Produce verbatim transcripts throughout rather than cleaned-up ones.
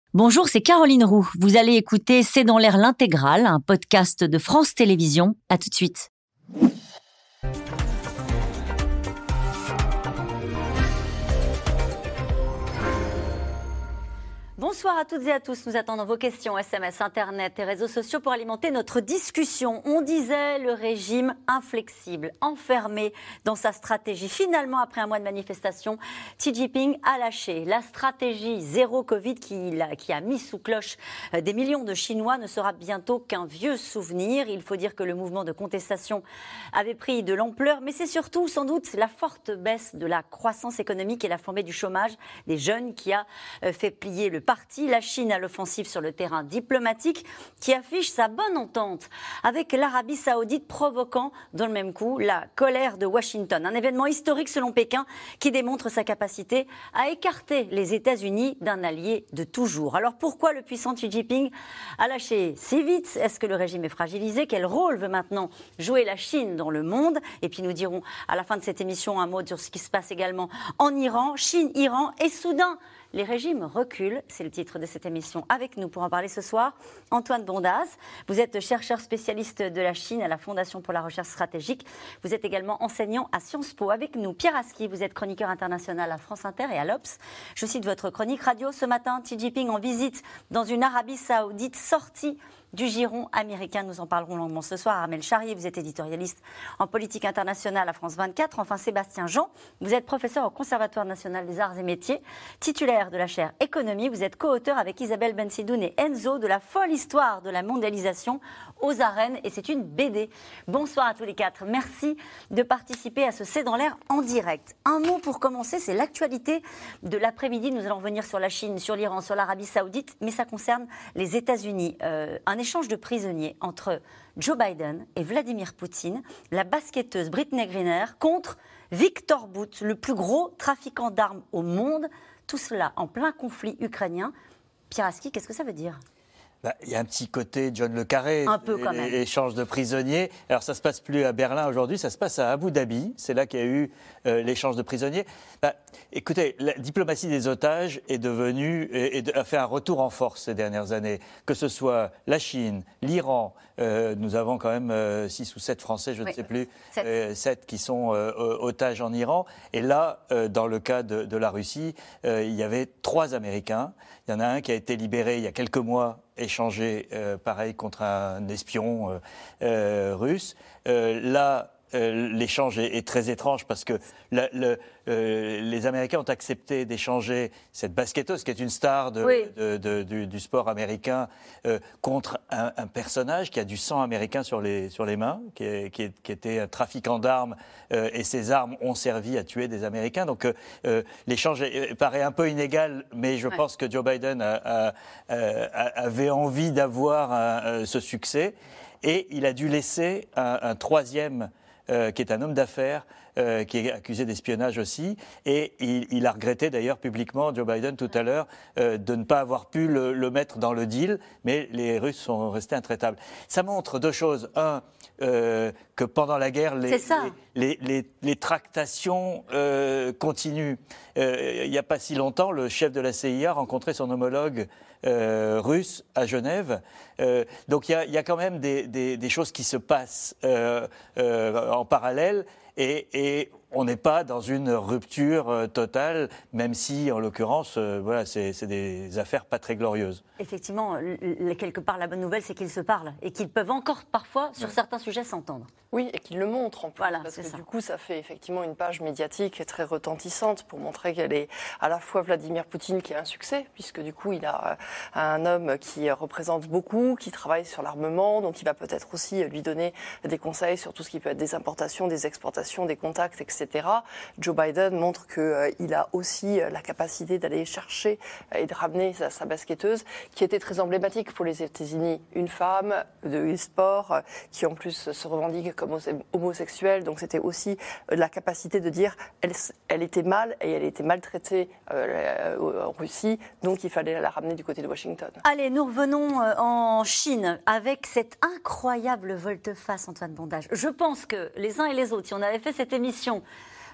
Bonjour, c'est Caroline Roux. Vous allez écouter C'est dans l'air l'intégrale, un podcast de France Télévisions. À tout de suite. Bonsoir à toutes et à tous. Nous attendons vos questions, S M S, Internet et réseaux sociaux pour alimenter notre discussion. On disait le régime inflexible, enfermé dans sa stratégie. Finalement, après un mois de manifestation, Xi Jinping a lâché. La stratégie zéro Covid qui a, qui a mis sous cloche des millions de Chinois ne sera bientôt qu'un vieux souvenir. Il faut dire que le mouvement de contestation avait pris de l'ampleur, mais c'est surtout sans doute la forte baisse de la croissance économique et la flambée du chômage des jeunes qui a fait plier le parti, la Chine à l'offensive sur le terrain diplomatique, qui affiche sa bonne entente avec l'Arabie Saoudite, provoquant dans le même coup la colère de Washington. Un événement historique selon Pékin qui démontre sa capacité à écarter les États-Unis d'un allié de toujours. Alors pourquoi le puissant Xi Jinping a lâché si vite? Est-ce que le régime est fragilisé? Quel rôle veut maintenant jouer la Chine dans le monde? Et puis nous dirons à la fin de cette émission un mot sur ce qui se passe également en Iran, Chine, Iran et soudain. Les régimes reculent, c'est le titre de cette émission. Avec nous pour en parler ce soir, Antoine Bondaz. Vous êtes chercheur spécialiste de la Chine à la Fondation pour la recherche stratégique. Vous êtes également enseignant à Sciences Po. Avec nous, Pierre Aski, vous êtes chroniqueur international à France Inter et à l'Obs. Je cite votre chronique radio ce matin. Xi Jinping en visite dans une Arabie Saoudite sortie du giron américain. Nous en parlerons longuement ce soir. Armelle Charrier, vous êtes éditorialiste en politique internationale à France vingt-quatre. Enfin, Sébastien Jean, vous êtes professeur au Conservatoire national des arts et métiers, titulaire de la chaire économie. Vous êtes co-auteur avec Isabelle Bensidoun et Enzo de la folle histoire de la mondialisation aux arènes. Et c'est une B D. Bonsoir à tous les quatre. Merci de participer à ce C'est dans l'air en direct. Un mot pour commencer, c'est l'actualité de l'après-midi. Nous allons revenir sur la Chine, sur l'Iran, sur l'Arabie Saoudite, mais ça concerne les États-Unis. Euh, un échange de prisonniers entre Joe Biden et Vladimir Poutine, la basketteuse Brittney Griner contre Viktor Bout, le plus gros trafiquant d'armes au monde. Tout cela en plein conflit ukrainien. Pierre Aski, qu'est-ce que ça veut dire ? Bah, il y a un petit côté John le Carré, un peu quand même. Échange de prisonniers. Alors ça ne se passe plus à Berlin aujourd'hui, ça se passe à Abu Dhabi. C'est là qu'il y a eu euh, l'échange de prisonniers. Bah, écoutez, la diplomatie des otages est devenue, et, et a fait un retour en force ces dernières années. Que ce soit la Chine, l'Iran, euh, nous avons quand même euh, six ou sept Français, je oui, ne sais plus, sept, euh, sept qui sont euh, otages en Iran. Et là, euh, dans le cas de, de la Russie, euh, il y avait trois Américains. Il y en a un qui a été libéré il y a quelques mois, échangé euh, pareil contre un espion euh, euh, russe. Euh, là, euh, l'échange est, est très étrange parce que la, le, euh, les Américains ont accepté d'échanger cette basketteuse qui est une star de, oui. de, de, du, du sport américain euh, contre un, un personnage qui a du sang américain sur les, sur les mains, qui, est, qui, est, qui était un trafiquant d'armes euh, et ces armes ont servi à tuer des Américains. Donc euh, l'échange est, paraît un peu inégal, mais je ouais. pense que Joe Biden a, a, a, avait envie d'avoir un, ce succès et il a dû laisser un, un troisième Euh, qui est un homme d'affaires, euh, qui est accusé d'espionnage aussi. Et il, il a regretté d'ailleurs publiquement, Joe Biden tout à l'heure, euh, de ne pas avoir pu le, le mettre dans le deal, mais les Russes sont restés intraitables. Ça montre deux choses. Un, euh, que pendant la guerre, les, les, les, les, les tractations euh, continuent. Euh, il n'y a pas si longtemps, le chef de la C I A rencontrait son homologue Euh, russe à Genève. Euh, donc il y, y a quand même des, des, des choses qui se passent euh, euh, en parallèle et, et on n'est pas dans une rupture euh, totale, même si en l'occurrence, euh, voilà, c'est, c'est des affaires pas très glorieuses. Effectivement, l- quelque part la bonne nouvelle c'est qu'ils se parlent et qu'ils peuvent encore parfois sur ouais. certains sujets s'entendre. Oui, et qu'ils le montrent en plus, voilà, parce que ça. du coup ça fait effectivement une page médiatique très retentissante pour montrer qu'elle est à la fois Vladimir Poutine qui a un succès, puisque du coup il a un homme qui représente beaucoup, qui travaille sur l'armement, donc il va peut-être aussi lui donner des conseils sur tout ce qui peut être des importations, des exportations, des contacts, et cetera. Joe Biden montre qu'il euh, a aussi la capacité d'aller chercher et de ramener sa, sa basketteuse, qui était très emblématique pour les États-Unis, une femme de e-sport qui en plus se revendique comme homosexuelle, donc c'était aussi la capacité de dire elle, elle était mal et elle était maltraitée euh, en Russie, donc il fallait la ramener du côté de Washington. Allez, nous revenons en Chine avec cette incroyable volte-face, Antoine Bondage. Je pense que les uns et les autres, si on avait fait cette émission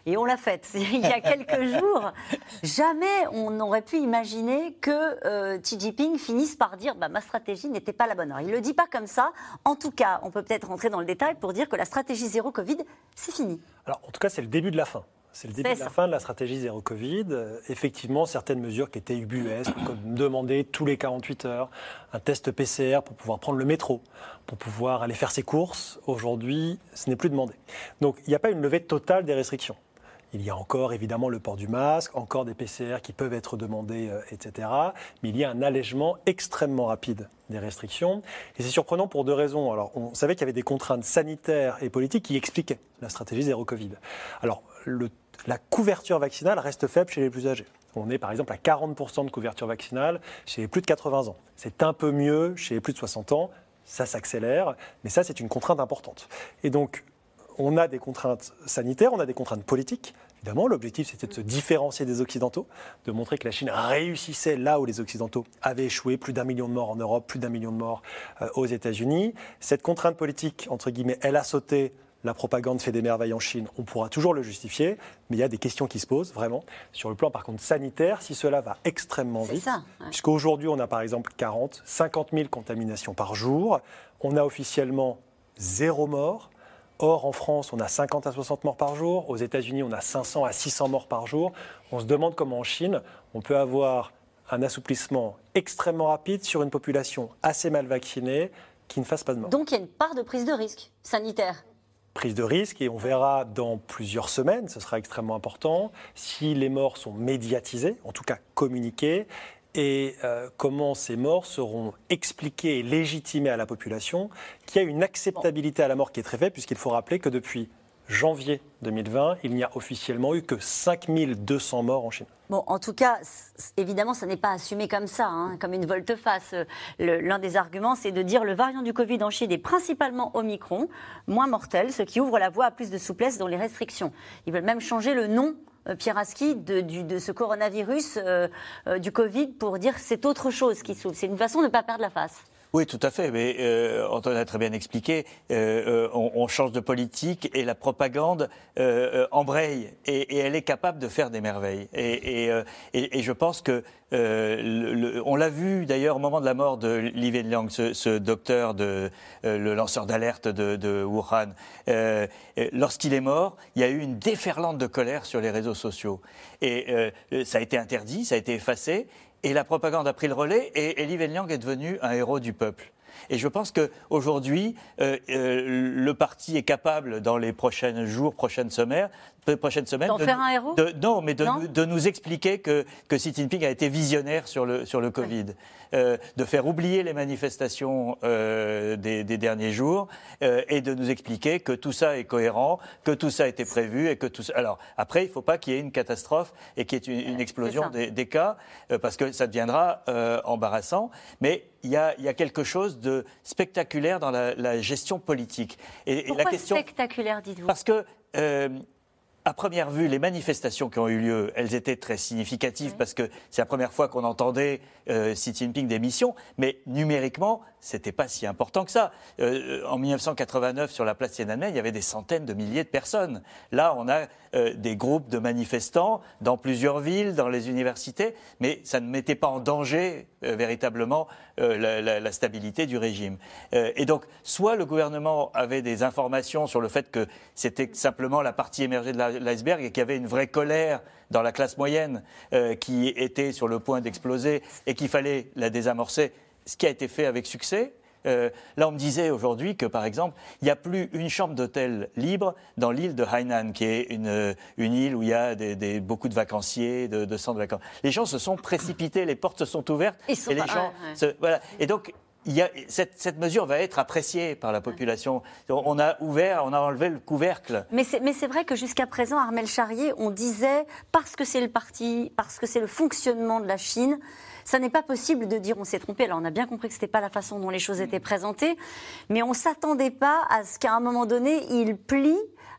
et on l'a faite il y a quelques jours. Jamais on n'aurait pu imaginer que euh, Xi Jinping finisse par dire bah, « ma stratégie n'était pas la bonne ». Alors, il ne le dit pas comme ça. En tout cas, on peut peut-être rentrer dans le détail pour dire que la stratégie zéro Covid, c'est fini. Alors, en tout cas, c'est le début de la fin. C'est le début de la fin de la stratégie zéro Covid. Euh, effectivement, certaines mesures qui étaient ubuesques, comme demander tous les quarante-huit heures un test P C R pour pouvoir prendre le métro, pour pouvoir aller faire ses courses, aujourd'hui, ce n'est plus demandé. Donc, il n'y a pas une levée totale des restrictions. Il y a encore évidemment le port du masque, encore des P C R qui peuvent être demandés, euh, et cetera. Mais il y a un allègement extrêmement rapide des restrictions. Et c'est surprenant pour deux raisons. Alors, on savait qu'il y avait des contraintes sanitaires et politiques qui expliquaient la stratégie zéro Covid. Alors, le La couverture vaccinale reste faible chez les plus âgés. On est par exemple à quarante pour cent de couverture vaccinale chez les plus de quatre-vingts ans. C'est un peu mieux chez les plus de soixante ans. Ça s'accélère, mais ça, c'est une contrainte importante. Et donc, on a des contraintes sanitaires, on a des contraintes politiques. Évidemment, l'objectif, c'était de se différencier des Occidentaux, de montrer que la Chine réussissait là où les Occidentaux avaient échoué. Plus d'un million de morts en Europe, plus d'un million de morts euh, aux États-Unis. Cette contrainte politique, entre guillemets, elle a sauté. La propagande fait des merveilles en Chine, on pourra toujours le justifier, mais il y a des questions qui se posent, vraiment. Sur le plan, par contre, sanitaire, si cela va extrêmement vite, ça, ouais. Puisqu'aujourd'hui, on a par exemple quarante, cinquante mille contaminations par jour, on a officiellement zéro mort. Or, en France, on a cinquante à soixante morts par jour. Aux États-Unis, on a cinq cents à six cents morts par jour. On se demande comment en Chine, on peut avoir un assouplissement extrêmement rapide sur une population assez mal vaccinée qui ne fasse pas de mort. Donc, il y a une part de prise de risque sanitaire. Prise de risque, et on verra dans plusieurs semaines, ce sera extrêmement important, si les morts sont médiatisées, en tout cas communiquées, et euh, comment ces morts seront expliquées et légitimées à la population, qui a une acceptabilité à la mort qui est très faible, puisqu'il faut rappeler que depuis janvier deux mille vingt, il n'y a officiellement eu que cinq mille deux cents morts en Chine. Bon, en tout cas, évidemment, ça n'est pas assumé comme ça, hein, comme une volte-face. Le, l'un des arguments, c'est de dire le variant du Covid en Chine est principalement Omicron, moins mortel, ce qui ouvre la voie à plus de souplesse dans les restrictions. Ils veulent même changer le nom, euh, Pierre Aski, de, du, de ce coronavirus euh, euh, du Covid pour dire que c'est autre chose qui s'ouvre. C'est une façon de ne pas perdre la face. Oui, tout à fait. Mais euh, Antoine a très bien expliqué. Euh, on, on change de politique et la propagande euh, embraye et, et elle est capable de faire des merveilles. Et, et, euh, et, et je pense que euh, le, le, on l'a vu d'ailleurs au moment de la mort de Li Wenliang, ce, ce docteur, de, euh, le lanceur d'alerte de, de Wuhan. Euh, lorsqu'il est mort, il y a eu une déferlante de colère sur les réseaux sociaux. Et euh, ça a été interdit, ça a été effacé. Et la propagande a pris le relais et, et Li Wenliang est devenu un héros du peuple. Et je pense qu'aujourd'hui, euh, euh, le parti est capable, dans les prochains jours, prochaines semaines, prochaines semaines d'en de, faire un héros de, non, mais de, non nous, de nous expliquer que, que Xi Jinping a été visionnaire sur le, sur le Covid, euh, de faire oublier les manifestations euh, des, des derniers jours euh, et de nous expliquer que tout ça est cohérent, que tout ça a été prévu et que tout ça... Alors, après, il ne faut pas qu'il y ait une catastrophe et qu'il y ait une, une explosion des, des cas, euh, parce que ça deviendra euh, embarrassant, mais il y, a, il y a quelque chose de spectaculaire dans la, la gestion politique. Et, Pourquoi et la question, spectaculaire, dites-vous? Parce que... Euh, à première vue, les manifestations qui ont eu lieu, elles étaient très significatives oui. parce que c'est la première fois qu'on entendait euh, Xi Jinping démission, mais numériquement, c'était pas si important que ça. Euh, en mille neuf cent quatre-vingt-neuf, sur la place Tiananmen, il y avait des centaines de milliers de personnes. Là, on a euh, des groupes de manifestants dans plusieurs villes, dans les universités, mais ça ne mettait pas en danger euh, véritablement euh, la, la, la stabilité du régime. Euh, et donc, soit le gouvernement avait des informations sur le fait que c'était simplement la partie émergée de la l'iceberg et qu'il y avait une vraie colère dans la classe moyenne euh, qui était sur le point d'exploser et qu'il fallait la désamorcer, ce qui a été fait avec succès. Euh, là, on me disait aujourd'hui que, par exemple, il n'y a plus une chambre d'hôtel libre dans l'île de Hainan, qui est une, une île où il y a des, des, beaucoup de vacanciers, de, de centres de vacances. Les gens se sont précipités, les portes se sont ouvertes Ils sont et les pas, gens... ouais, ouais. Se, voilà. Et donc... Il y a, cette, cette mesure va être appréciée par la population. On a ouvert, on a enlevé le couvercle. Mais c'est, mais c'est vrai que jusqu'à présent, Armel Charrier, on disait, parce que c'est le parti, parce que c'est le fonctionnement de la Chine, ça n'est pas possible de dire on s'est trompé. Alors on a bien compris que ce n'était pas la façon dont les choses étaient présentées, mais on ne s'attendait pas à ce qu'à un moment donné, il plie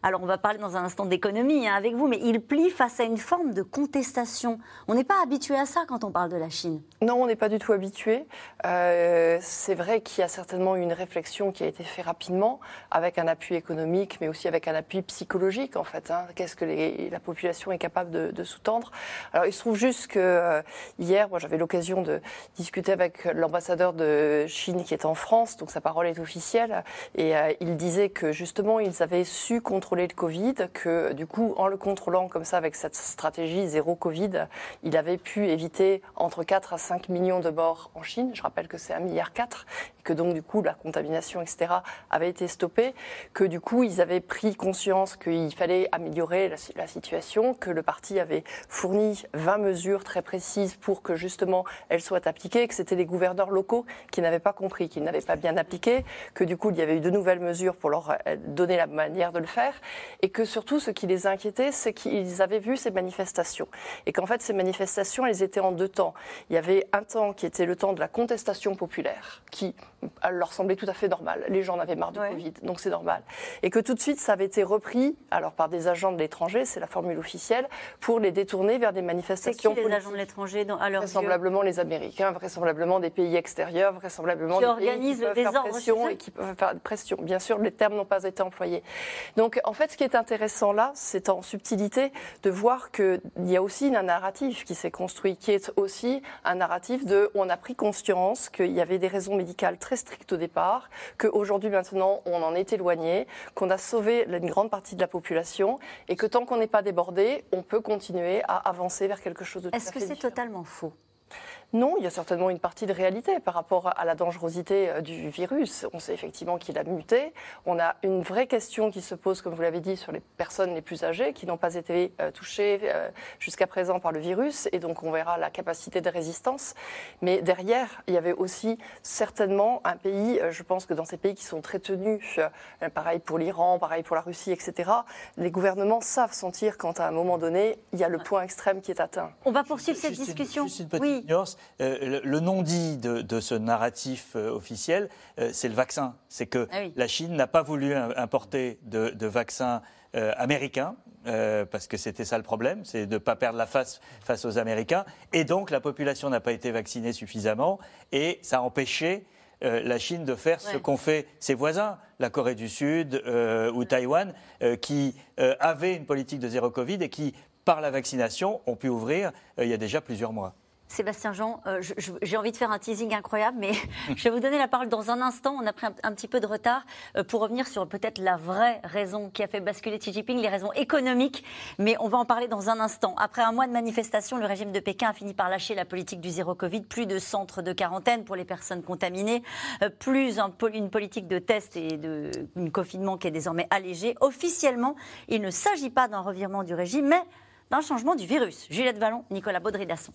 alors on va parler dans un instant d'économie hein, avec vous, mais il plie face à une forme de contestation. On n'est pas habitué à ça quand on parle de la Chine. Non, on n'est pas du tout habitué. Euh, c'est vrai qu'il y a certainement une réflexion qui a été faite rapidement, avec un appui économique, mais aussi avec un appui psychologique, en fait. Hein. Qu'est-ce que les, la population est capable de, de sous-tendre? Alors, il se trouve juste que euh, hier, moi, j'avais l'occasion de discuter avec l'ambassadeur de Chine qui est en France, donc sa parole est officielle, et euh, il disait que justement, ils avaient su contrôler le Covid, que du coup, en le contrôlant comme ça, avec cette stratégie zéro Covid, il avait pu éviter entre quatre à cinq millions de morts en Chine. Je rappelle que c'est un milliard quatre, et que donc du coup, la contamination, et cetera, avait été stoppée, que du coup, ils avaient pris conscience qu'il fallait améliorer la, la situation, que le parti avait fourni vingt mesures très précises pour que justement elles soient appliquées, que c'était les gouverneurs locaux qui n'avaient pas compris, qui n'avaient pas bien appliqué, que du coup, il y avait eu de nouvelles mesures pour leur donner la manière de le faire, et que surtout, ce qui les inquiétait, c'est qu'ils avaient vu ces manifestations, et qu'en fait, ces manifestations, elles étaient en deux temps. Il y avait un temps qui était le temps de la contestation populaire, qui leur semblait tout à fait normal. Les gens en avaient marre du ouais. Covid, donc c'est normal. Et que tout de suite, ça avait été repris, alors par des agents de l'étranger, c'est la formule officielle, pour les détourner vers des manifestations politiques. C'est qui les agents de l'étranger dans, à leur Vraisemblablement yeux. Les Américains, vraisemblablement des pays extérieurs, vraisemblablement qui des organisent pays qui peuvent faire pression et qui peuvent faire pression. Bien sûr, les termes n'ont pas été employés. Donc, en fait, ce qui est intéressant là, c'est en subtilité de voir qu'il y a aussi un narratif qui s'est construit, qui est aussi un narratif de on a pris conscience qu'il y avait des raisons médicales très strictes au départ, qu'aujourd'hui, maintenant, on en est éloigné, qu'on a sauvé une grande partie de la population et que tant qu'on n'est pas débordé, on peut continuer à avancer vers quelque chose de tout à fait différent. Est-ce que c'est totalement faux ? Non, il y a certainement une partie de réalité par rapport à la dangerosité du virus. On sait effectivement qu'il a muté. On a une vraie question qui se pose, comme vous l'avez dit, sur les personnes les plus âgées qui n'ont pas été euh, touchées euh, jusqu'à présent par le virus. Et donc, on verra la capacité de résistance. Mais derrière, il y avait aussi certainement un pays, euh, je pense que dans ces pays qui sont très tenus, euh, pareil pour l'Iran, pareil pour la Russie, et cetera, les gouvernements savent sentir quand à un moment donné, il y a le point extrême qui est atteint. On va poursuivre cette juste discussion. Une, juste une petite oui. nuance. Euh, le, le non-dit de, de ce narratif euh, officiel, euh, c'est le vaccin. C'est que ah oui. la Chine n'a pas voulu importer de, de vaccins euh, américains, euh, parce que c'était ça le problème, c'est de ne pas perdre la face face aux Américains. Et donc, la population n'a pas été vaccinée suffisamment, et ça a empêché euh, la Chine de faire ouais. ce qu'ont fait ses voisins, la Corée du Sud euh, ou Taïwan, euh, qui euh, avaient une politique de zéro Covid et qui, par la vaccination, ont pu ouvrir euh, il y a déjà plusieurs mois. Sébastien Jean, euh, je, je, j'ai envie de faire un teasing incroyable, mais je vais vous donner la parole dans un instant. On a pris un, un petit peu de retard euh, pour revenir sur peut-être la vraie raison qui a fait basculer Xi Jinping, les raisons économiques. Mais on va en parler dans un instant. Après un mois de manifestation, le régime de Pékin a fini par lâcher la politique du zéro Covid. Plus de centres de quarantaine pour les personnes contaminées, euh, plus un, une politique de test et de un confinement qui est désormais allégée. Officiellement, il ne s'agit pas d'un revirement du régime, mais d'un changement du virus. Juliette Vallon, Nicolas Baudry-Dasson.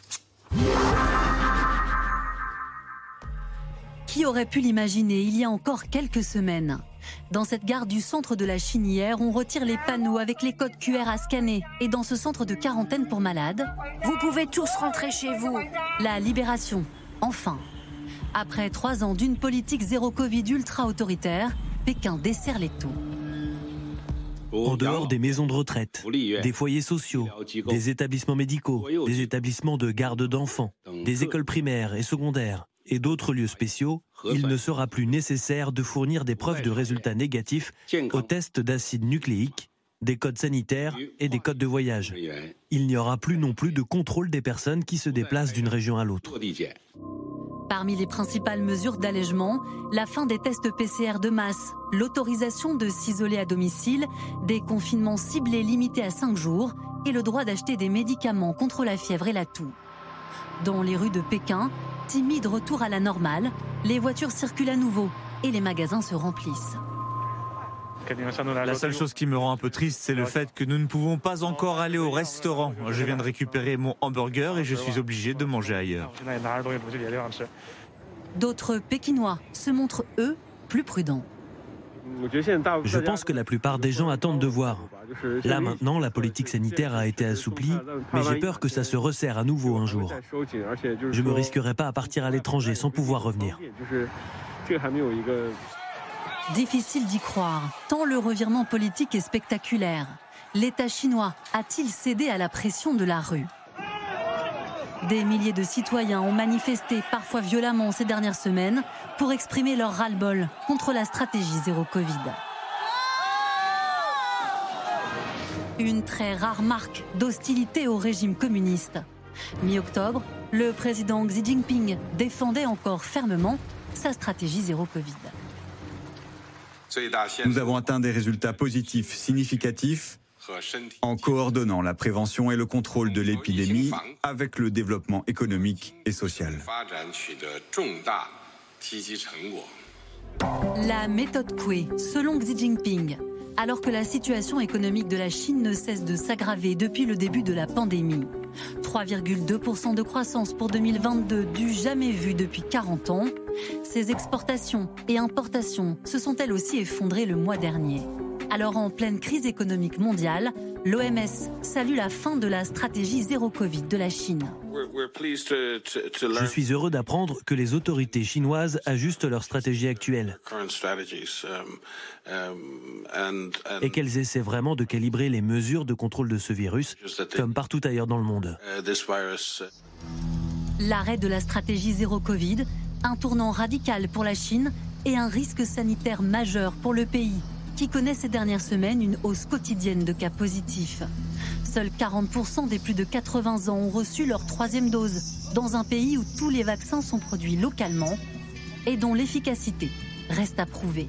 Qui aurait pu l'imaginer il y a encore quelques semaines ? Dans cette gare du centre de la Chine hier, on retire les panneaux avec les codes Q R à scanner. Et dans ce centre de quarantaine pour malades, vous pouvez tous rentrer chez vous. La libération, enfin. Après trois ans d'une politique zéro Covid ultra-autoritaire, Pékin desserre les taux. En dehors des maisons de retraite, des foyers sociaux, des établissements médicaux, des établissements de garde d'enfants, des écoles primaires et secondaires et d'autres lieux spéciaux, il ne sera plus nécessaire de fournir des preuves de résultats négatifs aux tests d'acide nucléique, des codes sanitaires et des codes de voyage. Il n'y aura plus non plus de contrôle des personnes qui se déplacent d'une région à l'autre. Parmi les principales mesures d'allègement, la fin des tests P C R de masse, l'autorisation de s'isoler à domicile, des confinements ciblés limités à cinq jours et le droit d'acheter des médicaments contre la fièvre et la toux. Dans les rues de Pékin, timide retour à la normale, les voitures circulent à nouveau et les magasins se remplissent. La seule chose qui me rend un peu triste, c'est le fait que nous ne pouvons pas encore aller au restaurant. Je viens de récupérer mon hamburger et je suis obligé de manger ailleurs. D'autres Pékinois se montrent, eux, plus prudents. Je pense que la plupart des gens attendent de voir. Là maintenant, la politique sanitaire a été assouplie, mais j'ai peur que ça se resserre à nouveau un jour. Je ne me risquerai pas à partir à l'étranger sans pouvoir revenir. Difficile d'y croire, tant le revirement politique est spectaculaire. L'État chinois a-t-il cédé à la pression de la rue ? Des milliers de citoyens ont manifesté, parfois violemment ces dernières semaines, pour exprimer leur ras-le-bol contre la stratégie zéro Covid. Une très rare marque d'hostilité au régime communiste. Mi-octobre, le président Xi Jinping défendait encore fermement sa stratégie zéro Covid. Nous avons atteint des résultats positifs significatifs en coordonnant la prévention et le contrôle de l'épidémie avec le développement économique et social. La méthode Coué, selon Xi Jinping, alors que la situation économique de la Chine ne cesse de s'aggraver depuis le début de la pandémie. trois virgule deux pour cent de croissance pour deux mille vingt-deux, du jamais vu depuis quarante ans. Ses exportations et importations se sont elles aussi effondrées le mois dernier. Alors en pleine crise économique mondiale, l'O M S salue la fin de la stratégie zéro Covid de la Chine. Je suis heureux d'apprendre que les autorités chinoises ajustent leur stratégie actuelle et qu'elles essaient vraiment de calibrer les mesures de contrôle de ce virus, comme partout ailleurs dans le monde. L'arrêt de la stratégie zéro Covid, un tournant radical pour la Chine et un risque sanitaire majeur pour le pays, qui connaît ces dernières semaines une hausse quotidienne de cas positifs. Seuls quarante pour cent des plus de quatre-vingts ans ont reçu leur troisième dose, dans un pays où tous les vaccins sont produits localement et dont l'efficacité reste à prouver.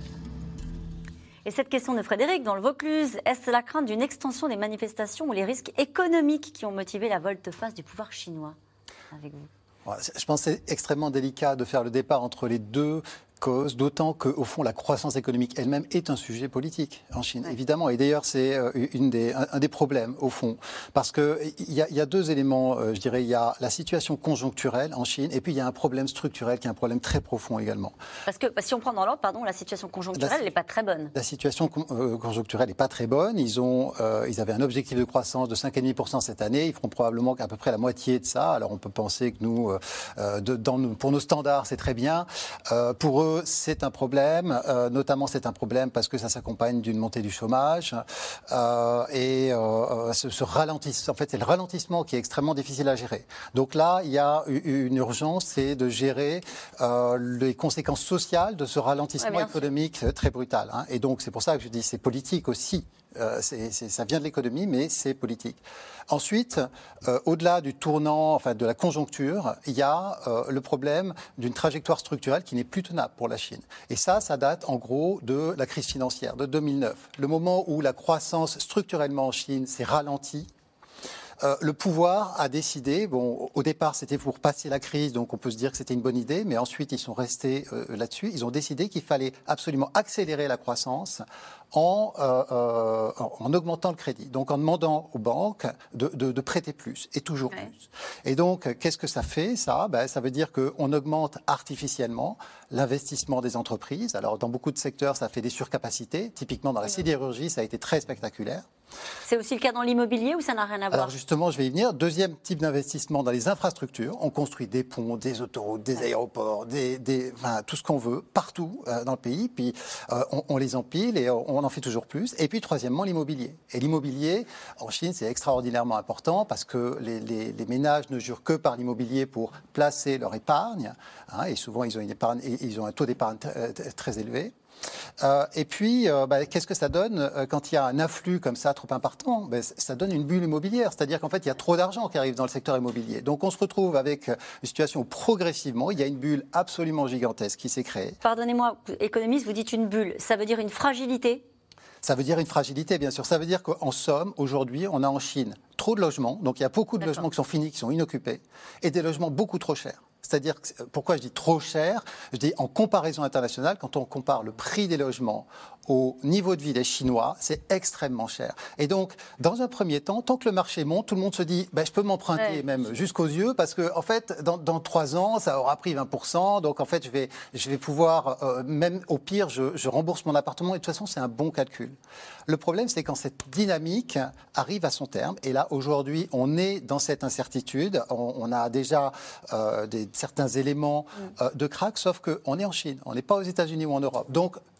Et cette question de Frédéric dans le Vaucluse, est-ce la crainte d'une extension des manifestations ou les risques économiques qui ont motivé la volte-face du pouvoir chinois? Avec vous. Je pense que c'est extrêmement délicat de faire le départ entre les deux cause, d'autant qu'au fond, la croissance économique elle-même est un sujet politique en Chine, ouais. évidemment. Et d'ailleurs, c'est une des, un, un des problèmes, au fond. Parce qu'il y, y a deux éléments, euh, je dirais. Il y a la situation conjoncturelle en Chine, et puis il y a un problème structurel qui est un problème très profond également. Parce que, bah, si on prend dans l'ordre, pardon, la situation conjoncturelle n'est pas très bonne. La situation con, euh, conjoncturelle n'est pas très bonne. Ils, ont, euh, ils avaient un objectif de croissance de cinq virgule cinq pour cent cette année. Ils feront probablement à peu près la moitié de ça. Alors, on peut penser que nous, euh, de, dans, pour nos standards, c'est très bien. Euh, pour eux, c'est un problème, euh, notamment c'est un problème parce que ça s'accompagne d'une montée du chômage euh, et euh, ce, ce ralentissement, en fait c'est le ralentissement qui est extrêmement difficile à gérer. Donc là, il y a une urgence, c'est de gérer euh, les conséquences sociales de ce ralentissement ouais, économique sûr. très brutal. Hein. Et donc c'est pour ça que je dis c'est politique aussi. Euh, c'est, c'est, ça vient de l'économie, mais c'est politique. Ensuite, euh, au-delà du tournant, enfin de la conjoncture, il y a euh, le problème d'une trajectoire structurelle qui n'est plus tenable pour la Chine. Et ça, ça date en gros de la crise financière de deux mille neuf, le moment où la croissance structurellement en Chine s'est ralentie. Euh, le pouvoir a décidé, bon, au départ c'était pour passer la crise, donc on peut se dire que c'était une bonne idée, mais ensuite ils sont restés euh, là-dessus. Ils ont décidé qu'il fallait absolument accélérer la croissance en, euh, euh, en augmentant le crédit, donc en demandant aux banques de, de, de prêter plus, et toujours ouais. plus. Et donc, qu'est-ce que ça fait, ça ben, ça veut dire qu'on augmente artificiellement l'investissement des entreprises. Alors, dans beaucoup de secteurs, ça fait des surcapacités. Typiquement, dans la sidérurgie, ça a été très spectaculaire. C'est aussi le cas dans l'immobilier ou ça n'a rien à voir? Alors justement, je vais y venir. Deuxième type d'investissement dans les infrastructures. On construit des ponts, des autoroutes, des aéroports, des, des, enfin, tout ce qu'on veut, partout euh, dans le pays. Puis euh, on, on les empile et on en fait toujours plus. Et puis troisièmement, l'immobilier. Et l'immobilier, en Chine, c'est extraordinairement important parce que les, les, les ménages ne jurent que par l'immobilier pour placer leur épargne. Hein, et souvent, ils ont, une épargne, ils ont un taux d'épargne très, très élevé. Euh, et puis, euh, bah, qu'est-ce que ça donne euh, quand il y a un afflux comme ça trop important? Ben, ça donne une bulle immobilière, c'est-à-dire qu'en fait, il y a trop d'argent qui arrive dans le secteur immobilier. Donc, on se retrouve avec une situation où progressivement, il y a une bulle absolument gigantesque qui s'est créée. Pardonnez-moi, économiste, vous dites une bulle, ça veut dire une fragilité? Ça veut dire une fragilité, bien sûr. Ça veut dire qu'en somme, aujourd'hui, on a en Chine trop de logements. Donc, il y a beaucoup de D'accord. logements qui sont finis, qui sont inoccupés, et des logements beaucoup trop chers. C'est-à-dire, pourquoi je dis trop cher? Je dis en comparaison internationale, quand on compare le prix des logements au niveau de vie des Chinois, c'est extrêmement cher. Et donc, dans un premier temps, tant que le marché monte, tout le monde se dit ben, « je peux m'emprunter ouais. même jusqu'aux yeux parce que en fait, dans, dans trois ans, ça aura pris vingt pour cent. Donc, en fait, je vais, je vais pouvoir, euh, même au pire, je, je rembourse mon appartement. Et de toute façon, c'est un bon calcul. » Le problème, c'est quand cette dynamique arrive à son terme. Et là, aujourd'hui, on est dans cette incertitude. On, on a déjà euh, des, certains éléments euh, de krach, sauf qu'on est en Chine. On n'est pas aux États-Unis ou en Europe. Donc, le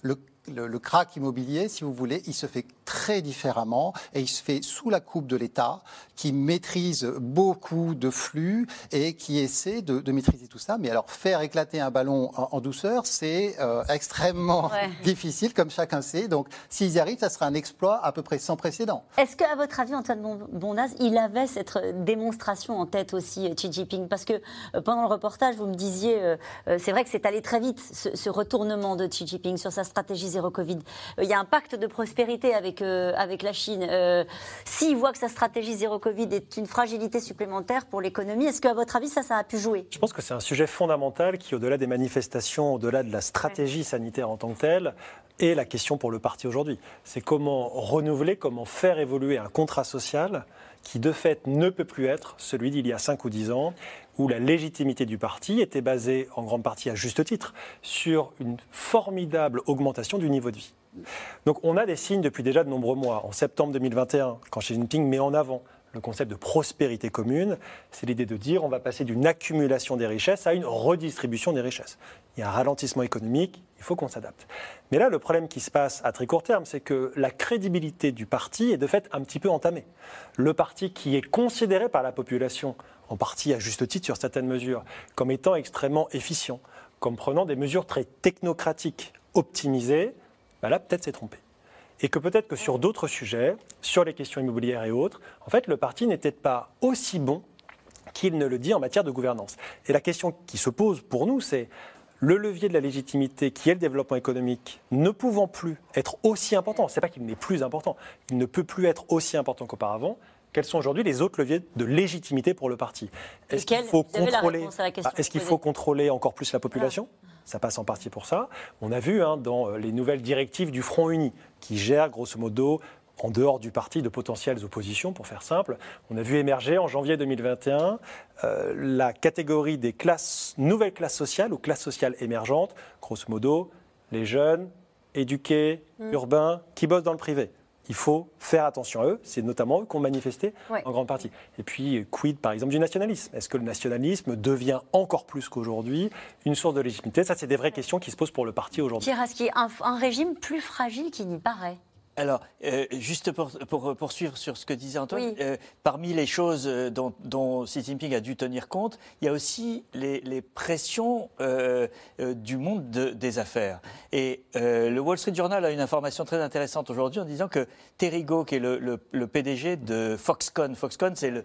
le, le krach immobilier, si vous voulez, il se fait très différemment et il se fait sous la coupe de l'État qui maîtrise beaucoup de flux et qui essaie de, de maîtriser tout ça. Mais alors, faire éclater un ballon en, en douceur, c'est euh, extrêmement ouais. difficile, comme chacun sait. Donc, s'ils y arrivent, ça sera un exploit à peu près sans précédent. Est-ce qu'à votre avis, Antoine Bondaz, il avait cette démonstration en tête aussi, Xi Jinping? Parce que euh, pendant le reportage, vous me disiez, euh, euh, c'est vrai que c'est allé très vite, ce, ce retournement de Xi Jinping sur sa stratégie zéro Covid. Euh, il y a un pacte de prospérité avec, euh, avec la Chine. Euh, S'il voit que sa stratégie zéro Covid est une fragilité supplémentaire pour l'économie, est-ce qu'à votre avis, ça, ça a pu jouer? Je pense que c'est un sujet fondamental qui, au-delà des manifestations, au-delà de la stratégie ouais. sanitaire en tant que telle, est la question pour le parti aujourd'hui. C'est comment renouveler, comment faire évoluer un contrat social qui, de fait, ne peut plus être celui d'il y a cinq ou dix ans, où la légitimité du parti était basée, en grande partie à juste titre, sur une formidable augmentation du niveau de vie. Donc on a des signes depuis déjà de nombreux mois. En septembre deux mille vingt et un, quand Xi Jinping met en avant le concept de prospérité commune, c'est l'idée de dire on va passer d'une accumulation des richesses à une redistribution des richesses. Il y a un ralentissement économique, il faut qu'on s'adapte. Mais là, le problème qui se passe à très court terme, c'est que la crédibilité du parti est de fait un petit peu entamée. Le parti qui est considéré par la population, en partie à juste titre sur certaines mesures, comme étant extrêmement efficient, comme prenant des mesures très technocratiques, optimisées, ben là, peut-être s'est trompé. Et que peut-être que sur d'autres sujets, sur les questions immobilières et autres, en fait, le parti n'était pas aussi bon qu'il ne le dit en matière de gouvernance. Et la question qui se pose pour nous, c'est le levier de la légitimité qui est le développement économique ne pouvant plus être aussi important. Ce n'est pas qu'il n'est plus important, il ne peut plus être aussi important qu'auparavant. Quels sont aujourd'hui les autres leviers de légitimité pour le parti? Est-ce qu'il faut contrôler, est-ce qu'il faut contrôler encore plus la population? Ah. Ça passe en partie pour ça. On a vu hein, dans les nouvelles directives du Front Uni, qui gère grosso modo, en dehors du parti, de potentielles oppositions, pour faire simple. On a vu émerger en janvier deux mille vingt et un euh, la catégorie des classes, nouvelles classes sociales ou classes sociales émergentes, grosso modo, les jeunes, éduqués, mmh. urbains, qui bossent dans le privé. Il faut faire attention à eux, c'est notamment eux qui ont manifesté ouais. en grande partie. Et puis, quid par exemple du nationalisme? Est-ce que le nationalisme devient encore plus qu'aujourd'hui une source de légitimité? Ça, c'est des vraies questions qui se posent pour le parti aujourd'hui. Pierre Aski, un, un régime plus fragile qu'il n'y paraît. Alors, euh, juste pour, pour poursuivre sur ce que disait Antoine, oui. euh, parmi les choses dont, dont Xi Jinping a dû tenir compte, il y a aussi les, les pressions euh, euh, du monde de, des affaires. Et euh, le Wall Street Journal a une information très intéressante aujourd'hui en disant que Terry Gou, qui est le, le, le P D G de Foxconn, Foxconn c'est le,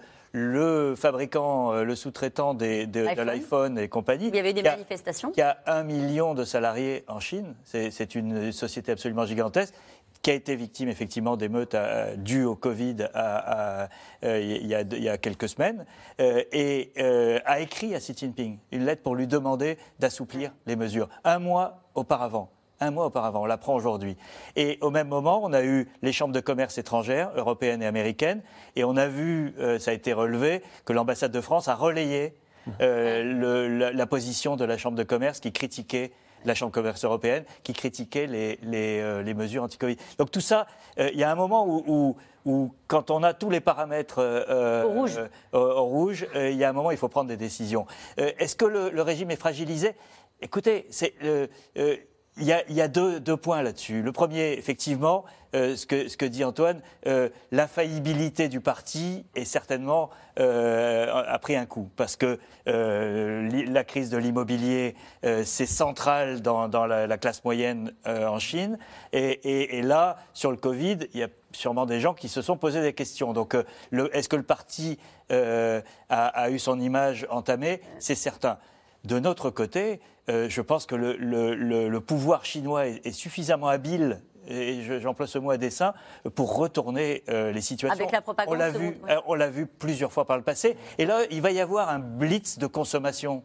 le fabricant, le sous-traitant des, de, de l'iPhone et compagnie. Il y avait des qui a, manifestations. Qui a un million de salariés en Chine, c'est, c'est une société absolument gigantesque, qui a été victime effectivement d'émeutes dues au Covid à, à, euh, il, y a, il y a quelques semaines, euh, et euh, a écrit à Xi Jinping une lettre pour lui demander d'assouplir les mesures. Un mois auparavant. Un mois auparavant, on l'apprend aujourd'hui. Et au même moment, on a eu les chambres de commerce étrangères, européennes et américaines, et on a vu, euh, ça a été relevé, que l'ambassade de France a relayé euh, le, la, la position de la chambre de commerce qui critiquait la Chambre de commerce européenne, qui critiquait les, les, euh, les mesures anti-Covid. Donc tout ça, il euh, y a un moment où, où, où, quand on a tous les paramètres euh, au rouge, euh, au, au rouge, il euh, y a un moment où il faut prendre des décisions. Euh, est-ce que le, le régime est fragilisé? Écoutez, c'est... Euh, euh, Il y a, il y a deux, deux points là-dessus. Le premier, effectivement, euh, ce, que, ce que dit Antoine, euh, l'infaillibilité du parti est certainement euh, a pris un coup parce que euh, la crise de l'immobilier, euh, c'est central dans, dans la, la classe moyenne euh, en Chine. Et, et, et là, sur le Covid, il y a sûrement des gens qui se sont posé des questions. Donc, euh, le, est-ce que le parti euh, a, a eu son image entamée? C'est certain. De notre côté, euh, je pense que le, le, le, le pouvoir chinois est, est suffisamment habile, et je, j'emploie ce mot à dessein, pour retourner euh, les situations. Avec la propagande. On l'a vu, oui. on l'a vu plusieurs fois par le passé. Et là, il va y avoir un blitz de consommation.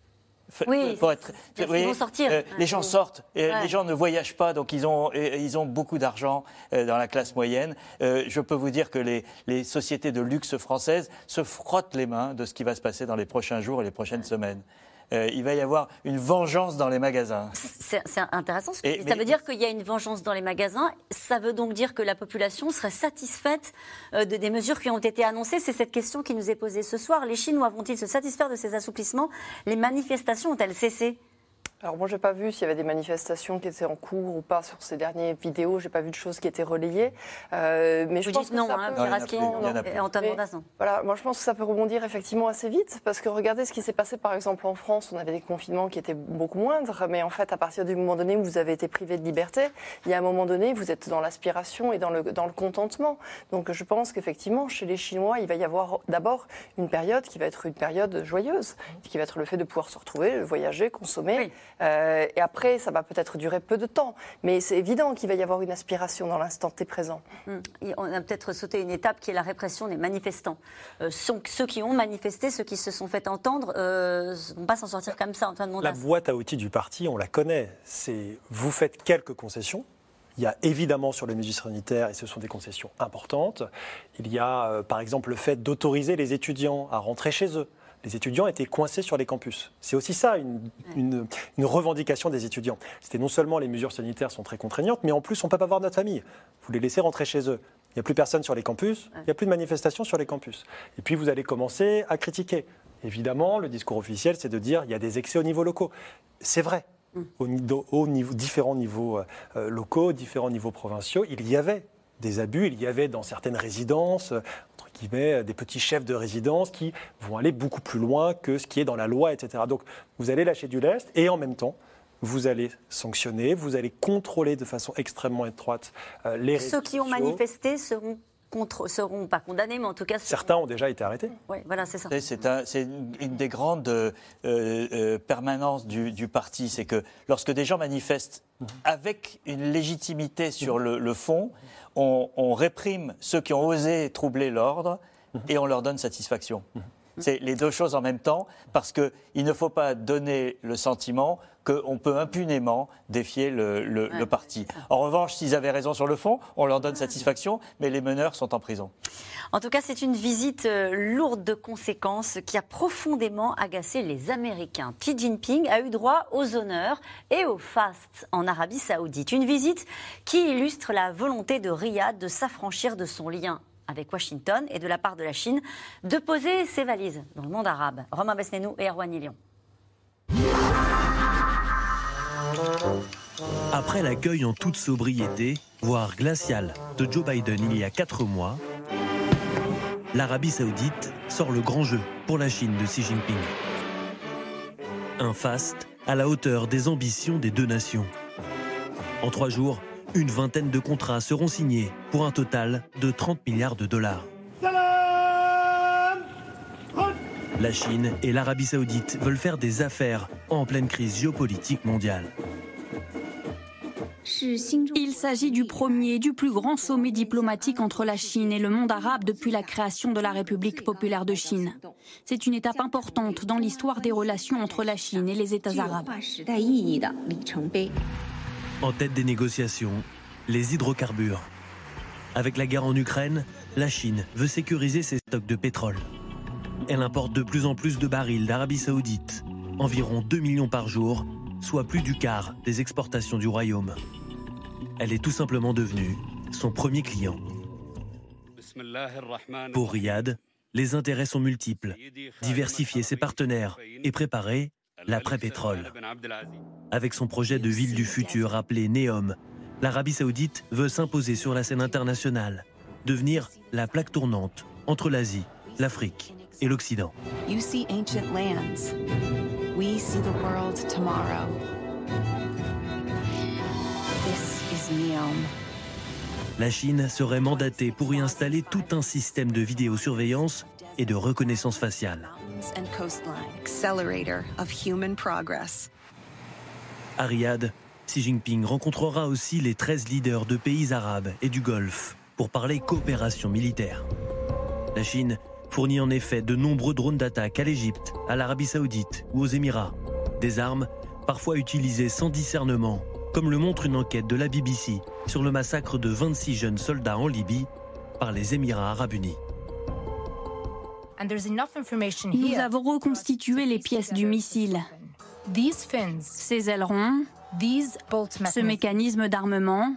Oui, pour être, ils voyez, vont sortir. Euh, les gens sortent, et ouais. les gens ne voyagent pas, donc ils ont, ils ont beaucoup d'argent euh, dans la classe moyenne. Euh, je peux vous dire que les, les sociétés de luxe françaises se frottent les mains de ce qui va se passer dans les prochains jours et les prochaines semaines. Euh, il va y avoir une vengeance dans les magasins. C'est, c'est intéressant. Ce que et, ça mais, veut dire qu'il y a une vengeance dans les magasins. Ça veut donc dire que la population serait satisfaite euh, de, des mesures qui ont été annoncées. C'est cette question qui nous est posée ce soir. Les Chinois vont-ils se satisfaire de ces assouplissements? Les manifestations ont-elles cessé? Alors moi, je n'ai pas vu s'il y avait des manifestations qui étaient en cours ou pas sur ces dernières vidéos. Je n'ai pas vu de choses qui étaient relayées. Euh, mais Vous je pense dites que non, ça hein, peut... et Antoine Mondazan. Voilà, moi je pense que ça peut rebondir effectivement assez vite, parce que regardez ce qui s'est passé par exemple en France. On avait des confinements qui étaient beaucoup moindres, mais en fait, à partir du moment donné où vous avez été privé de liberté, il y a un moment donné, vous êtes dans l'aspiration et dans le, dans le contentement. Donc je pense qu'effectivement, chez les Chinois, il va y avoir d'abord une période qui va être une période joyeuse, qui va être le fait de pouvoir se retrouver, voyager, consommer. Oui. Euh, et après, ça va peut-être durer peu de temps, mais c'est évident qu'il va y avoir une aspiration dans l'instant T présent. Hum. On a peut-être sauté une étape qui est la répression des manifestants. Euh, sont, ceux qui ont manifesté, ceux qui se sont fait entendre, ne euh, vont pas s'en sortir comme ça, Antoine Mondazan. La boîte à outils du parti, on la connaît. C'est, vous faites quelques concessions. Il y a évidemment sur les mesures sanitaires, et ce sont des concessions importantes, il y a euh, par exemple le fait d'autoriser les étudiants à rentrer chez eux. Les étudiants étaient coincés sur les campus. C'est aussi ça, une, une, une revendication des étudiants. C'était non seulement les mesures sanitaires sont très contraignantes, mais en plus, on ne peut pas voir notre famille. Vous les laissez rentrer chez eux. Il n'y a plus personne sur les campus, il n'y a plus de manifestations sur les campus. Et puis, vous allez commencer à critiquer. Évidemment, le discours officiel, c'est de dire qu'il y a des excès au niveau locaux. C'est vrai. Au, au niveau, différents niveaux euh, locaux, différents niveaux provinciaux, il y avait des abus, il y avait dans certaines résidences, entre guillemets, des petits chefs de résidence qui vont aller beaucoup plus loin que ce qui est dans la loi, et cetera. Donc, vous allez lâcher du lest et en même temps, vous allez sanctionner, vous allez contrôler de façon extrêmement étroite euh, les réseaux sociaux. Ceux qui ont manifesté seront Contre, seront pas condamnés, mais en tout cas... Seront... Certains ont déjà été arrêtés. Oui, voilà, c'est ça. C'est, un, c'est une, une des grandes euh, euh, permanences du, du parti, c'est que lorsque des gens manifestent mmh. avec une légitimité sur mmh. le, le fond, on, on réprime ceux qui ont osé troubler l'ordre mmh. et on leur donne satisfaction. Mmh. C'est les deux choses en même temps, parce qu'il ne faut pas donner le sentiment qu'on peut impunément défier le, le, ouais, le parti. En revanche, s'ils avaient raison sur le fond, on leur donne satisfaction, mais les meneurs sont en prison. En tout cas, c'est une visite lourde de conséquences qui a profondément agacé les Américains. Xi Jinping a eu droit aux honneurs et aux fastes en Arabie Saoudite. Une visite qui illustre la volonté de Riyad de s'affranchir de son lien avec Washington et de la part de la Chine, de poser ses valises dans le monde arabe. Romain Besnénou et Erwan Ilion. Après l'accueil en toute sobriété, voire glacial, de Joe Biden il y a quatre mois, l'Arabie Saoudite sort le grand jeu pour la Chine de Xi Jinping. Un faste à la hauteur des ambitions des deux nations. En trois jours, une vingtaine de contrats seront signés pour un total de trente milliards de dollars. La Chine et l'Arabie Saoudite veulent faire des affaires en pleine crise géopolitique mondiale. Il s'agit du premier et du plus grand sommet diplomatique entre la Chine et le monde arabe depuis la création de la République populaire de Chine. C'est une étape importante dans l'histoire des relations entre la Chine et les États arabes. En tête des négociations, les hydrocarbures. Avec la guerre en Ukraine, la Chine veut sécuriser ses stocks de pétrole. Elle importe de plus en plus de barils d'Arabie Saoudite, environ deux millions par jour, soit plus du quart des exportations du royaume. Elle est tout simplement devenue son premier client. Pour Riyad, les intérêts sont multiples. Diversifier ses partenaires et préparer l'après-pétrole. Avec son projet de ville du futur appelé NEOM, l'Arabie Saoudite veut s'imposer sur la scène internationale, devenir la plaque tournante entre l'Asie, l'Afrique et l'Occident. You see ancient lands. We see the world tomorrow. This is NEOM. La Chine serait mandatée pour y installer tout un système de vidéosurveillance et de reconnaissance faciale. À Riyad, Xi Jinping rencontrera aussi les treize leaders de pays arabes et du Golfe pour parler coopération militaire. La Chine fournit en effet de nombreux drones d'attaque à l'Égypte, à l'Arabie Saoudite ou aux Émirats. Des armes parfois utilisées sans discernement, comme le montre une enquête de la B B C sur le massacre de vingt-six jeunes soldats en Libye par les Émirats arabes unis. Nous avons reconstitué les pièces du missile. Ces ailerons, ce mécanisme d'armement,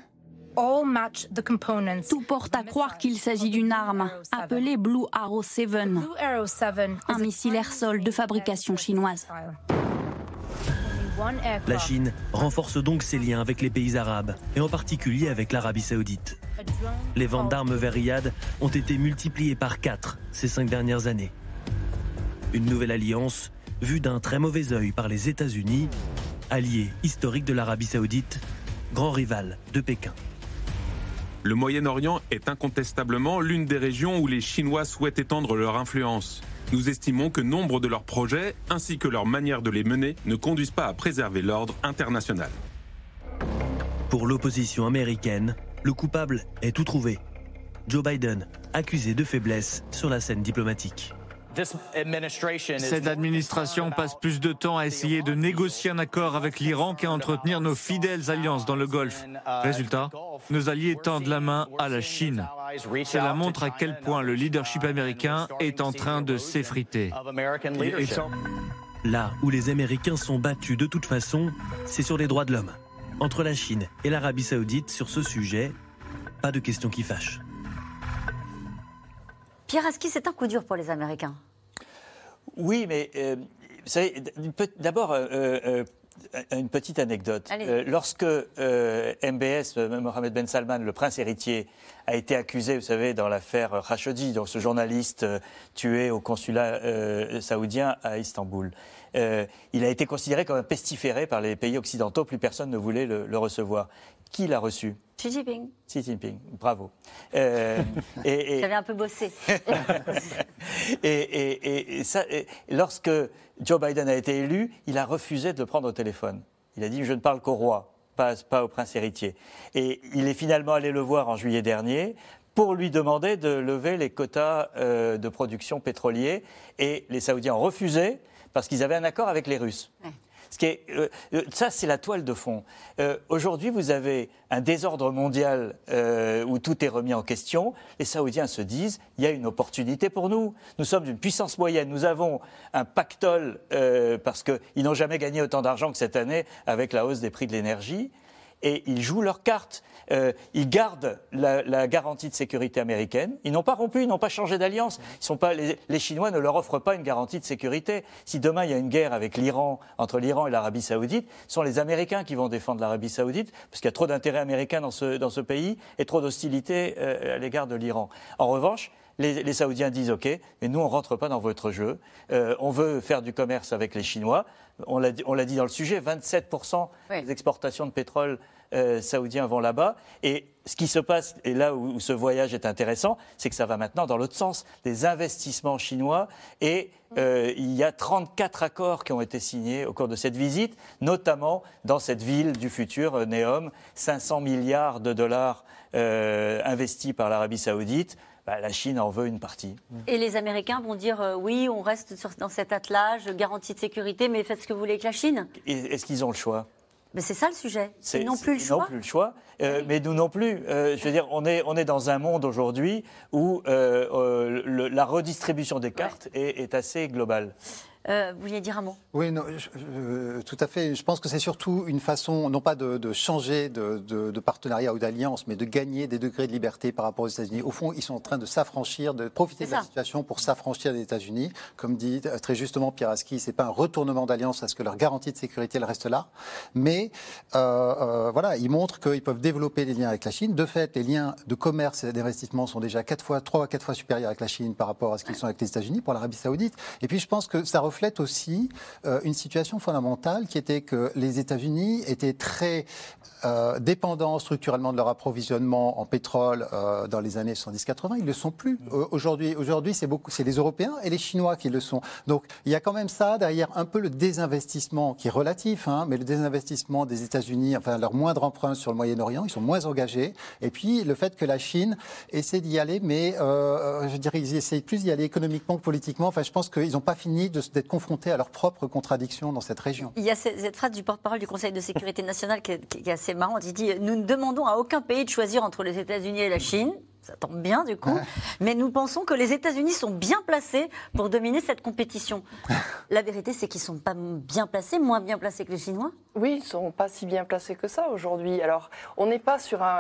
tout porte à croire qu'il s'agit d'une arme appelée Blue Arrow sept, un missile air-sol de fabrication chinoise. La Chine renforce donc ses liens avec les pays arabes, et en particulier avec l'Arabie saoudite. Les ventes d'armes vers Riyad ont été multipliées par quatre ces cinq dernières années. Une nouvelle alliance vue d'un très mauvais œil par les États-Unis, allié historique de l'Arabie saoudite, grand rival de Pékin. Le Moyen-Orient est incontestablement l'une des régions où les Chinois souhaitent étendre leur influence. Nous estimons que nombre de leurs projets, ainsi que leur manière de les mener, ne conduisent pas à préserver l'ordre international. Pour l'opposition américaine, le coupable est tout trouvé. Joe Biden, accusé de faiblesse sur la scène diplomatique. Cette administration passe plus de temps à essayer de négocier un accord avec l'Iran qu'à entretenir nos fidèles alliances dans le Golfe. Résultat, nos alliés tendent la main à la Chine. Cela montre à quel point le leadership américain est en train de s'effriter. Là où les Américains sont battus de toute façon, c'est sur les droits de l'homme. Entre la Chine et l'Arabie saoudite sur ce sujet, pas de questions qui fâchent. Pierre Aski, c'est un coup dur pour les Américains. Oui, mais euh, vous savez, d'abord, euh, euh, une petite anecdote. Euh, lorsque euh, M B S, Mohammed Ben Salman, le prince héritier, a été accusé, vous savez, dans l'affaire Khashoggi, donc ce journaliste euh, tué au consulat euh, saoudien à Istanbul, euh, il a été considéré comme un pestiféré par les pays occidentaux. Plus personne ne voulait le, le recevoir. Qui l'a reçu ? Xi Jinping. Xi Jinping, bravo. Euh, et, et... J'avais un peu bossé. et, et, et, ça, et lorsque Joe Biden a été élu, il a refusé de le prendre au téléphone. Il a dit « je ne parle qu'au roi, pas, pas au prince héritier ». Et il est finalement allé le voir en juillet dernier pour lui demander de lever les quotas euh, de production pétrolier. Et les Saoudiens ont refusé parce qu'ils avaient un accord avec les Russes. Ouais. Ce qui est, euh, ça, c'est la toile de fond. Euh, aujourd'hui, vous avez un désordre mondial euh, où tout est remis en question. Les Saoudiens se disent, il y a une opportunité pour nous. Nous sommes une puissance moyenne. Nous avons un pactole euh, parce qu'ils n'ont jamais gagné autant d'argent que cette année avec la hausse des prix de l'énergie. Et ils jouent leurs cartes. Euh, ils gardent la, la garantie de sécurité américaine. Ils n'ont pas rompu, ils n'ont pas changé d'alliance. Ils sont pas, les, les Chinois ne leur offrent pas une garantie de sécurité. Si demain il y a une guerre avec l'Iran, entre l'Iran et l'Arabie saoudite, ce sont les Américains qui vont défendre l'Arabie saoudite, parce qu'il y a trop d'intérêts américains dans ce, dans ce pays et trop d'hostilité euh, à l'égard de l'Iran. En revanche, Les, les Saoudiens disent « OK, mais nous, on ne rentre pas dans votre jeu. Euh, on veut faire du commerce avec les Chinois. » On l'a, on l'a dit dans le sujet, vingt-sept pour cent oui. des exportations de pétrole euh, saoudiens vont là-bas. Et ce qui se passe, et là où, où ce voyage est intéressant, c'est que ça va maintenant dans l'autre sens. Des investissements chinois. Et euh, il y a trente-quatre accords qui ont été signés au cours de cette visite, notamment dans cette ville du futur, Neom, cinq cents milliards de dollars euh, investis par l'Arabie saoudite. Bah, la Chine en veut une partie. Et les Américains vont dire euh, oui, on reste sur, dans cet attelage, garantie de sécurité, mais faites ce que vous voulez avec la Chine. Et est-ce qu'ils ont le choix ? Mais c'est ça le sujet. C'est, ils n'ont plus le choix. Ils n'ont plus le choix, euh, mais nous non plus. Euh, je veux dire, on est, on est dans un monde aujourd'hui où euh, euh, le, la redistribution des cartes ouais. est, est assez globale. Euh, vous vouliez dire un mot ? Oui, non, je, je, tout à fait. Je pense que c'est surtout une façon, non pas de, de changer de, de, de partenariat ou d'alliance, mais de gagner des degrés de liberté par rapport aux États-Unis. Au fond, ils sont en train de s'affranchir, de profiter c'est de ça. la situation pour s'affranchir des États-Unis. Comme dit très justement Pierre Aski, c'est pas un retournement d'alliance parce que leur garantie de sécurité elle reste là, mais euh, euh, voilà, ils montrent qu'ils peuvent développer des liens avec la Chine. De fait, les liens de commerce et d'investissement sont déjà quatre fois, trois à quatre fois supérieurs avec la Chine par rapport à ce qu'ils sont avec les États-Unis pour l'Arabie Saoudite. Et puis, je pense que ça reflète aussi euh, une situation fondamentale qui était que les États-Unis étaient très euh, dépendants structurellement de leur approvisionnement en pétrole euh, dans les années soixante-dix quatre-vingts. Ils ne le sont plus. Euh, aujourd'hui, aujourd'hui c'est, beaucoup, c'est les Européens et les Chinois qui le sont. Donc il y a quand même ça derrière un peu le désinvestissement qui est relatif, hein, mais le désinvestissement des États-Unis, enfin leur moindre emprunt sur le Moyen-Orient, ils sont moins engagés. Et puis le fait que la Chine essaie d'y aller, mais euh, je dirais qu'ils essaient plus d'y aller économiquement que politiquement. Enfin, je pense qu'ils n'ont pas fini de, d'être confrontés à leurs propres contradictions dans cette région. Il y a cette phrase du porte-parole du Conseil de sécurité nationale qui est, qui est assez marrante. Il dit « Nous ne demandons à aucun pays de choisir entre les États-Unis et la Chine ». Ça tombe bien du coup, mais nous pensons que les États-Unis sont bien placés pour dominer cette compétition. La vérité, c'est qu'ils ne sont pas bien placés, moins bien placés que les Chinois ? Oui, ils ne sont pas si bien placés que ça aujourd'hui. Alors, on n'est pas sur un...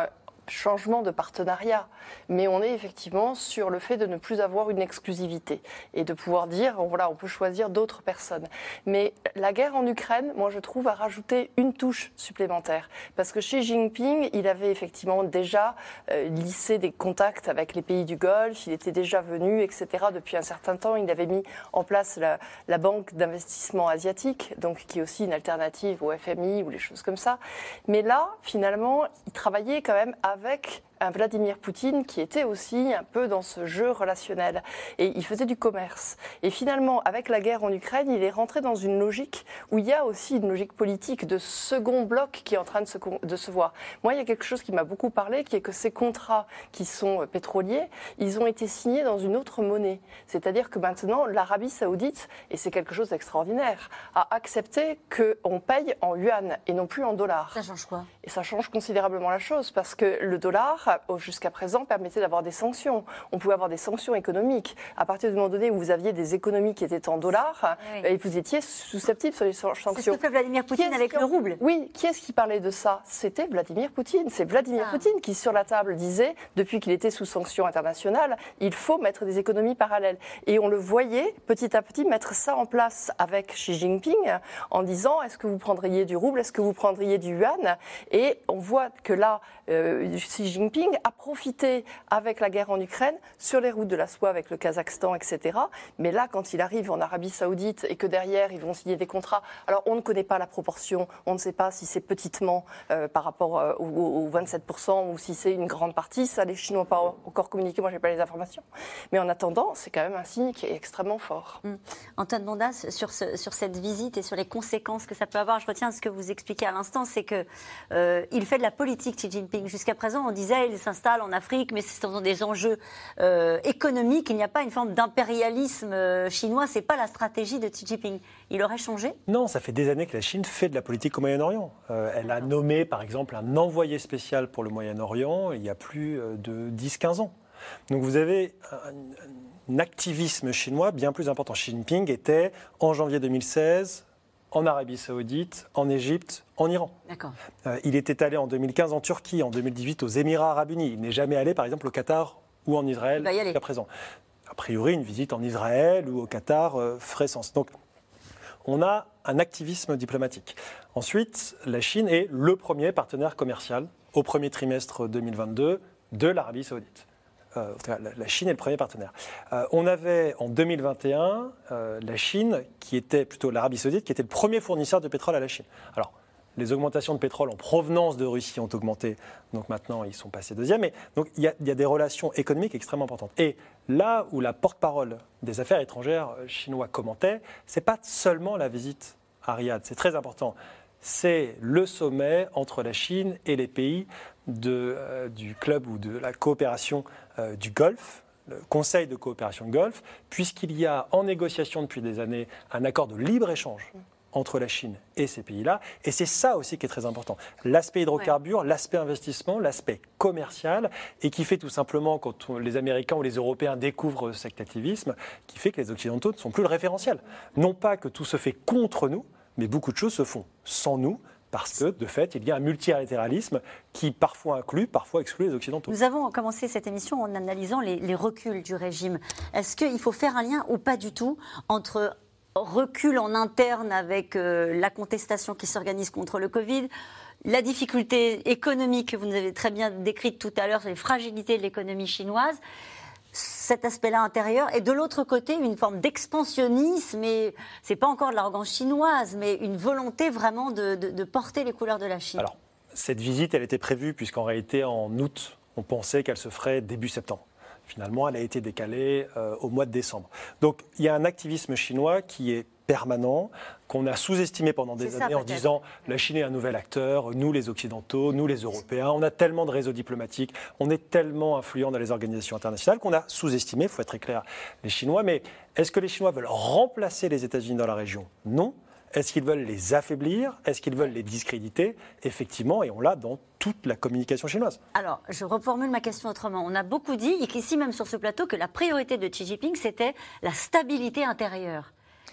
changement de partenariat, mais on est effectivement sur le fait de ne plus avoir une exclusivité et de pouvoir dire, voilà, on peut choisir d'autres personnes. Mais la guerre en Ukraine, moi je trouve, a rajouté une touche supplémentaire, parce que Xi Jinping, il avait effectivement déjà euh, lissé des contacts avec les pays du Golfe, il était déjà venu, et cetera. Depuis un certain temps, il avait mis en place la, la Banque d'investissement asiatique, donc qui est aussi une alternative au F M I ou les choses comme ça. Mais là, finalement, il travaillait quand même avec un Vladimir Poutine qui était aussi un peu dans ce jeu relationnel. Et il faisait du commerce. Et finalement, avec la guerre en Ukraine, il est rentré dans une logique où il y a aussi une logique politique de second bloc qui est en train de se, de se voir. Moi, il y a quelque chose qui m'a beaucoup parlé, qui est que ces contrats qui sont pétroliers, ils ont été signés dans une autre monnaie. C'est-à-dire que maintenant, l'Arabie Saoudite, et c'est quelque chose d'extraordinaire, a accepté qu'on paye en yuan et non plus en dollars. Ça change quoi ? Et ça change considérablement la chose, parce que le dollar, jusqu'à présent, permettait d'avoir des sanctions. On pouvait avoir des sanctions économiques. À partir du moment donné où vous aviez des économies qui étaient en dollars, oui. et vous étiez susceptible sur les sanctions. C'est ce que fait Vladimir Poutine avec le rouble. Oui, qui est-ce qui parlait de ça ? C'était Vladimir Poutine. C'est Vladimir ah. Poutine qui, sur la table, disait, depuis qu'il était sous sanctions internationales, il faut mettre des économies parallèles. Et on le voyait, petit à petit, mettre ça en place avec Xi Jinping, en disant, est-ce que vous prendriez du rouble, est-ce que vous prendriez du yuan ? Et on voit que là, euh, Xi Jinping a profité avec la guerre en Ukraine sur les routes de la soie avec le Kazakhstan, et cetera. Mais là, quand il arrive en Arabie Saoudite et que derrière, ils vont signer des contrats, alors on ne connaît pas la proportion, on ne sait pas si c'est petitement euh, par rapport euh, aux, aux vingt-sept pour cent ou si c'est une grande partie. Ça, les Chinois n'ont pas encore communiqué, moi je n'ai pas les informations. Mais en attendant, c'est quand même un signe qui est extrêmement fort. Mmh. Antoine Bondas, sur, ce, sur cette visite et sur les conséquences que ça peut avoir, je retiens ce que vous expliquez à l'instant, c'est qu'il euh, fait de la politique, Xi Jinping. Jusqu'à présent, on disait il s'installe en Afrique, mais c'est dans des enjeux euh, économiques. Il n'y a pas une forme d'impérialisme euh, chinois. C'est pas la stratégie de Xi Jinping. Il aurait changé ? Non, ça fait des années que la Chine fait de la politique au Moyen-Orient. Euh, elle a nommé, par exemple, un envoyé spécial pour le Moyen-Orient il y a plus de dix quinze ans. Donc vous avez un, un activisme chinois bien plus important. Xi Jinping était, en janvier deux mille seize, en Arabie Saoudite, en Égypte, en Iran. D'accord. Euh, il était allé en deux mille quinze en Turquie, en deux mille dix-huit aux Émirats Arabes Unis. Il n'est jamais allé, par exemple, au Qatar ou en Israël jusqu'à présent. A priori, une visite en Israël ou au Qatar euh, ferait sens. Donc, on a un activisme diplomatique. Ensuite, la Chine est le premier partenaire commercial au premier trimestre deux mille vingt-deux de l'Arabie Saoudite. Euh, la Chine est le premier partenaire. Euh, on avait en deux mille vingt et un euh, la Chine, qui était plutôt l'Arabie Saoudite, qui était le premier fournisseur de pétrole à la Chine. Alors, les augmentations de pétrole en provenance de Russie ont augmenté, donc maintenant ils sont passés deuxième. Mais donc il y, y a des relations économiques extrêmement importantes. Et là où la porte-parole des affaires étrangères chinois commentait, c'est pas seulement la visite à Riyad, c'est très important. C'est le sommet entre la Chine et les pays de, euh, du club ou de la coopération euh, du Golfe, le Conseil de coopération du Golfe, puisqu'il y a en négociation depuis des années un accord de libre-échange entre la Chine et ces pays-là. Et c'est ça aussi qui est très important. L'aspect hydrocarbures, ouais. l'aspect investissement, l'aspect commercial, et qui fait tout simplement, quand on, les Américains ou les Européens découvrent cet activisme, qui fait que les Occidentaux ne sont plus le référentiel. Non pas que tout se fait contre nous, mais beaucoup de choses se font sans nous, parce que, de fait, il y a un multilatéralisme qui parfois inclut, parfois exclut les Occidentaux. Nous avons commencé cette émission en analysant les, les reculs du régime. Est-ce qu'il faut faire un lien ou pas du tout entre recul en interne avec euh, la contestation qui s'organise contre le Covid, la difficulté économique que vous nous avez très bien décrite tout à l'heure, les fragilités de l'économie chinoise, cet aspect-là intérieur, et de l'autre côté, une forme d'expansionnisme, et c'est pas encore de l'arrogance chinoise, mais une volonté vraiment de, de, de porter les couleurs de la Chine. Alors, cette visite, elle était prévue, puisqu'en réalité, en août, on pensait qu'elle se ferait début septembre. Finalement, elle a été décalée euh, au mois de décembre. Donc, il y a un activisme chinois qui est permanent, qu'on a sous-estimé pendant des C'est années ça, en disant la Chine est un nouvel acteur, nous les Occidentaux, nous les Européens, on a tellement de réseaux diplomatiques, on est tellement influents dans les organisations internationales qu'on a sous-estimé, il faut être très clair, les Chinois. Mais est-ce que les Chinois veulent remplacer les États-Unis dans la région ? Non. Est-ce qu'ils veulent les affaiblir ? Est-ce qu'ils veulent les discréditer ? Effectivement, et on l'a dans toute la communication chinoise. Alors, je reformule ma question autrement. On a beaucoup dit, ici même sur ce plateau, que la priorité de Xi Jinping, c'était la stabilité intérieure.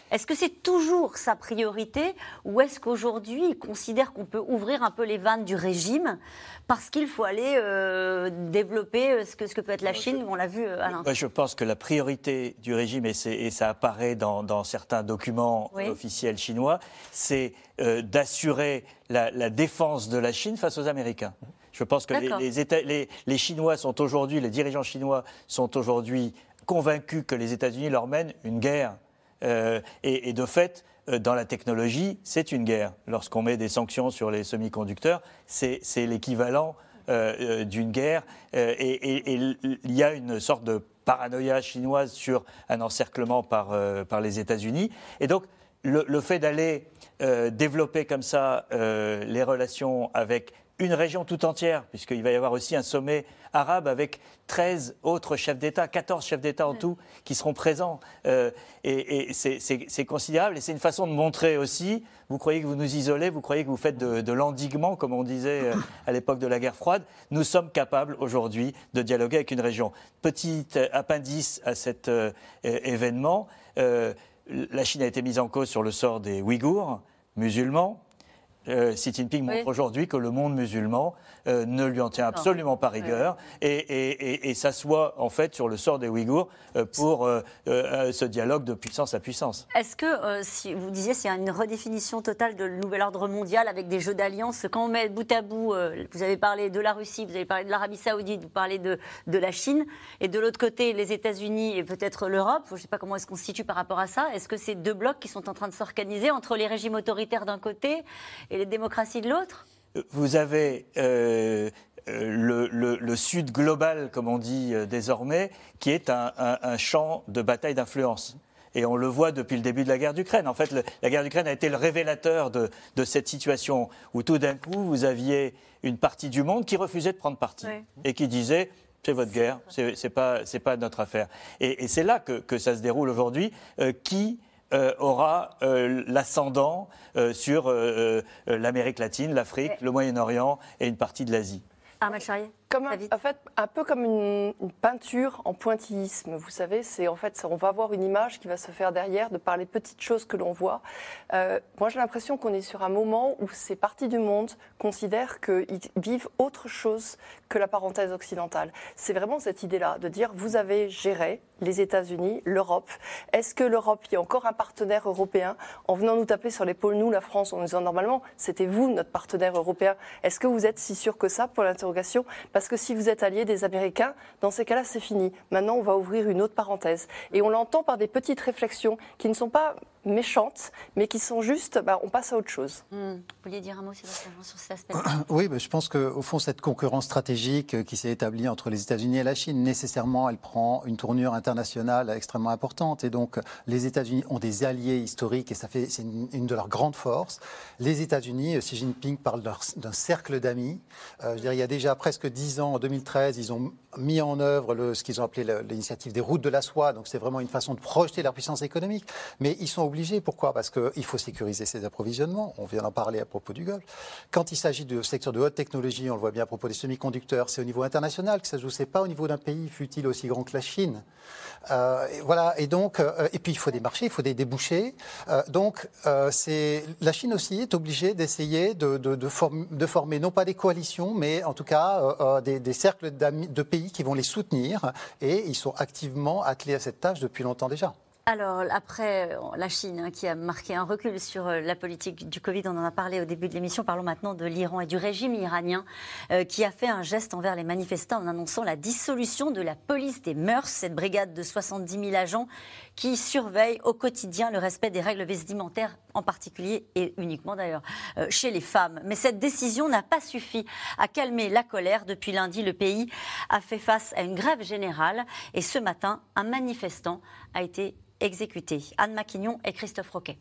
Est-ce que c'est toujours sa priorité ou est-ce qu'aujourd'hui, il considère qu'on peut ouvrir un peu les vannes du régime parce qu'il faut aller euh, développer ce que, ce que peut être la Chine, on l'a vu euh, Alain. Moi, je pense que la priorité du régime, et, et ça apparaît dans, dans certains documents oui. officiels chinois, c'est euh, d'assurer la, la défense de la Chine face aux Américains. Je pense que les, les, États, les, les Chinois sont aujourd'hui, les dirigeants chinois sont aujourd'hui convaincus que les États-Unis leur mènent une guerre. Euh, et, et de fait, euh, dans la technologie, c'est une guerre. Lorsqu'on met des sanctions sur les semi-conducteurs, c'est, c'est l'équivalent euh, euh, d'une guerre. Euh, et il y a une sorte de paranoïa chinoise sur un encerclement par, euh, par les États-Unis. Et donc, le, le fait d'aller euh, développer comme ça euh, les relations avec une région tout entière, puisqu'il va y avoir aussi un sommet arabe avec treize autres chefs d'État, quatorze chefs d'État en tout, qui seront présents. Euh, et et c'est, c'est, c'est considérable. Et c'est une façon de montrer aussi, vous croyez que vous nous isolez, vous croyez que vous faites de, de l'endiguement, comme on disait à l'époque de la guerre froide. Nous sommes capables aujourd'hui de dialoguer avec une région. Petit appendice à cet euh, événement, euh, la Chine a été mise en cause sur le sort des Ouïghours musulmans. Euh, Xi Jinping montre oui. aujourd'hui que le monde musulman euh, ne lui en tient absolument pas rigueur oui. et, et, et, et s'assoit en fait sur le sort des Ouïghours euh, pour euh, euh, ce dialogue de puissance à puissance. Est-ce que, euh, si vous disiez, c'est une redéfinition totale de nouvel ordre mondial avec des jeux d'alliance, quand on met bout à bout, euh, vous avez parlé de la Russie, vous avez parlé de l'Arabie Saoudite, vous parlez de, de la Chine, et de l'autre côté, les États-Unis et peut-être l'Europe, je ne sais pas comment est-ce qu'on se situe par rapport à ça, est-ce que c'est deux blocs qui sont en train de s'organiser entre les régimes autoritaires d'un côté et les démocraties de l'autre ? Vous avez euh, le, le, le Sud global, comme on dit euh, désormais, qui est un, un, un champ de bataille d'influence. Et on le voit depuis le début de la guerre d'Ukraine. En fait, le, la guerre d'Ukraine a été le révélateur de, de cette situation où tout d'un coup, vous aviez une partie du monde qui refusait de prendre parti oui. et qui disait... C'est votre guerre, c'est, c'est pas, c'est pas notre affaire. Et, et c'est là que, que ça se déroule aujourd'hui. Euh, qui euh, aura euh, l'ascendant euh, sur euh, euh, l'Amérique latine, l'Afrique, ouais. le Moyen-Orient et une partie de l'Asie. Armelle Charrier. Comme un, en fait, un peu comme une, une peinture en pointillisme, vous savez, c'est en fait, on va avoir une image qui va se faire derrière de par les petites choses que l'on voit. Euh, moi, j'ai l'impression qu'on est sur un moment où ces parties du monde considèrent qu'ils vivent autre chose que la parenthèse occidentale. C'est vraiment cette idée-là, de dire, vous avez géré les États-Unis, l'Europe. Est-ce que l'Europe, il y a encore un partenaire européen en venant nous taper sur l'épaule, nous, la France, en nous disant normalement, c'était vous, notre partenaire européen. Est-ce que vous êtes si sûr que ça, pour l'interrogation ? Parce que si vous êtes allié des Américains, dans ces cas-là, c'est fini. Maintenant, on va ouvrir une autre parenthèse. Et on l'entend par des petites réflexions qui ne sont pas méchantes, mais qui sont juste, bah, on passe à autre chose. Mmh. Vous vouliez dire un mot sur cet aspect ? Oui, mais je pense qu'au fond, cette concurrence stratégique qui s'est établie entre les États-Unis et la Chine, nécessairement, elle prend une tournure internationale extrêmement importante. Et donc, les États-Unis ont des alliés historiques et ça fait, c'est une, une de leurs grandes forces. Les États-Unis, Xi Jinping parle d'un cercle d'amis. Euh, je veux dire, il y a déjà presque dix ans, en deux mille treize, ils ont mis en œuvre le, ce qu'ils ont appelé le, l'initiative des routes de la soie. Donc, c'est vraiment une façon de projeter leur puissance économique. Mais ils sont obligés. Pourquoi ? Parce qu'il faut sécuriser ses approvisionnements. On vient d'en parler à propos du Golfe. Quand il s'agit de secteur de haute technologie, on le voit bien à propos des semi-conducteurs, c'est au niveau international que ça se joue. C'est pas au niveau d'un pays, fût-il aussi grand que la Chine. Euh, et voilà. Et donc, euh, et puis il faut des marchés, il faut des débouchés. Euh, donc, euh, c'est la Chine aussi est obligée d'essayer de, de, de, form, de former non pas des coalitions, mais en tout cas euh, des, des cercles d'amis, de pays qui vont les soutenir. Et ils sont activement attelés à cette tâche depuis longtemps déjà. Alors, après la Chine, hein, qui a marqué un recul sur euh, la politique du Covid, on en a parlé au début de l'émission, parlons maintenant de l'Iran et du régime iranien euh, qui a fait un geste envers les manifestants en annonçant la dissolution de la police des mœurs, cette brigade de soixante-dix mille agents qui surveille au quotidien le respect des règles vestimentaires, en particulier et uniquement d'ailleurs euh, chez les femmes. Mais cette décision n'a pas suffi à calmer la colère. Depuis lundi, le pays a fait face à une grève générale et ce matin, un manifestant a été exécuté. Anne Maquignon et Christophe Roquet.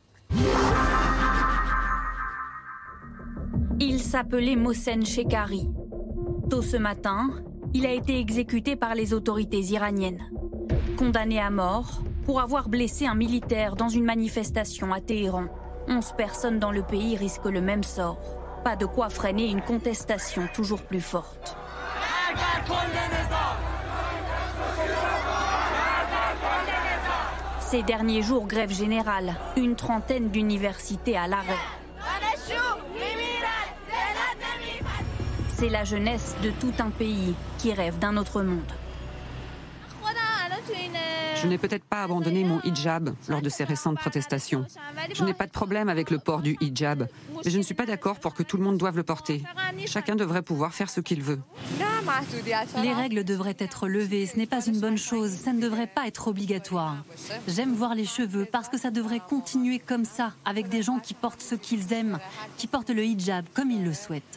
Il s'appelait Mohsen Shekhari. Tôt ce matin, il a été exécuté par les autorités iraniennes. Condamné à mort pour avoir blessé un militaire dans une manifestation à Téhéran. Onze personnes dans le pays risquent le même sort. Pas de quoi freiner une contestation toujours plus forte. Ces derniers jours, grève générale, une trentaine d'universités à l'arrêt. C'est la jeunesse de tout un pays qui rêve d'un autre monde. Je n'ai peut-être pas abandonné mon hijab lors de ces récentes protestations. Je n'ai pas de problème avec le port du hijab, mais je ne suis pas d'accord pour que tout le monde doive le porter. Chacun devrait pouvoir faire ce qu'il veut. Les règles devraient être levées, ce n'est pas une bonne chose, ça ne devrait pas être obligatoire. J'aime voir les cheveux parce que ça devrait continuer comme ça, avec des gens qui portent ce qu'ils aiment, qui portent le hijab comme ils le souhaitent.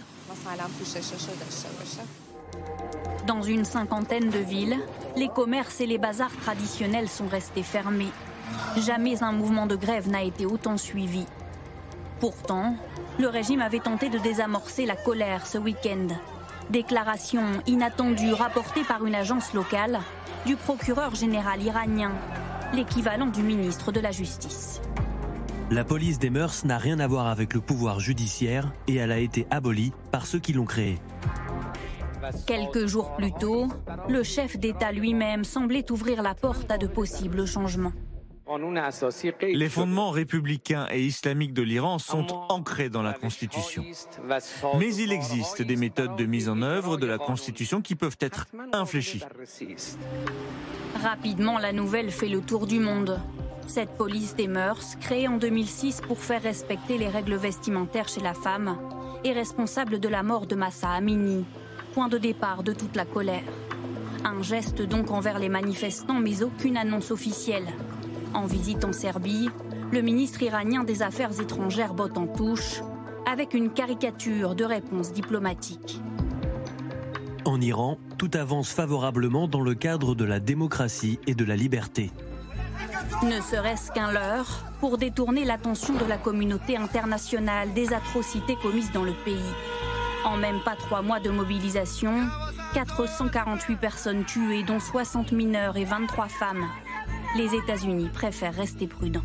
Dans une cinquantaine de villes, les commerces et les bazars traditionnels sont restés fermés. Jamais un mouvement de grève n'a été autant suivi. Pourtant, le régime avait tenté de désamorcer la colère ce week-end. Déclaration inattendue rapportée par une agence locale du procureur général iranien, l'équivalent du ministre de la Justice. La police des mœurs n'a rien à voir avec le pouvoir judiciaire et elle a été abolie par ceux qui l'ont créée. Quelques jours plus tôt, le chef d'État lui-même semblait ouvrir la porte à de possibles changements. Les fondements républicains et islamiques de l'Iran sont ancrés dans la Constitution. Mais il existe des méthodes de mise en œuvre de la Constitution qui peuvent être infléchies. Rapidement, la nouvelle fait le tour du monde. Cette police des mœurs, créée en deux mille six pour faire respecter les règles vestimentaires chez la femme, est responsable de la mort de Mahsa Amini, point de départ de toute la colère. Un geste donc envers les manifestants, mais aucune annonce officielle. En visite en Serbie, le ministre iranien des Affaires étrangères botte en touche, avec une caricature de réponse diplomatique. En Iran, tout avance favorablement dans le cadre de la démocratie et de la liberté. Ne serait-ce qu'un leurre pour détourner l'attention de la communauté internationale des atrocités commises dans le pays. En même pas trois mois de mobilisation, quatre cent quarante-huit personnes tuées, dont soixante mineurs et vingt-trois femmes. Les États-Unis préfèrent rester prudents.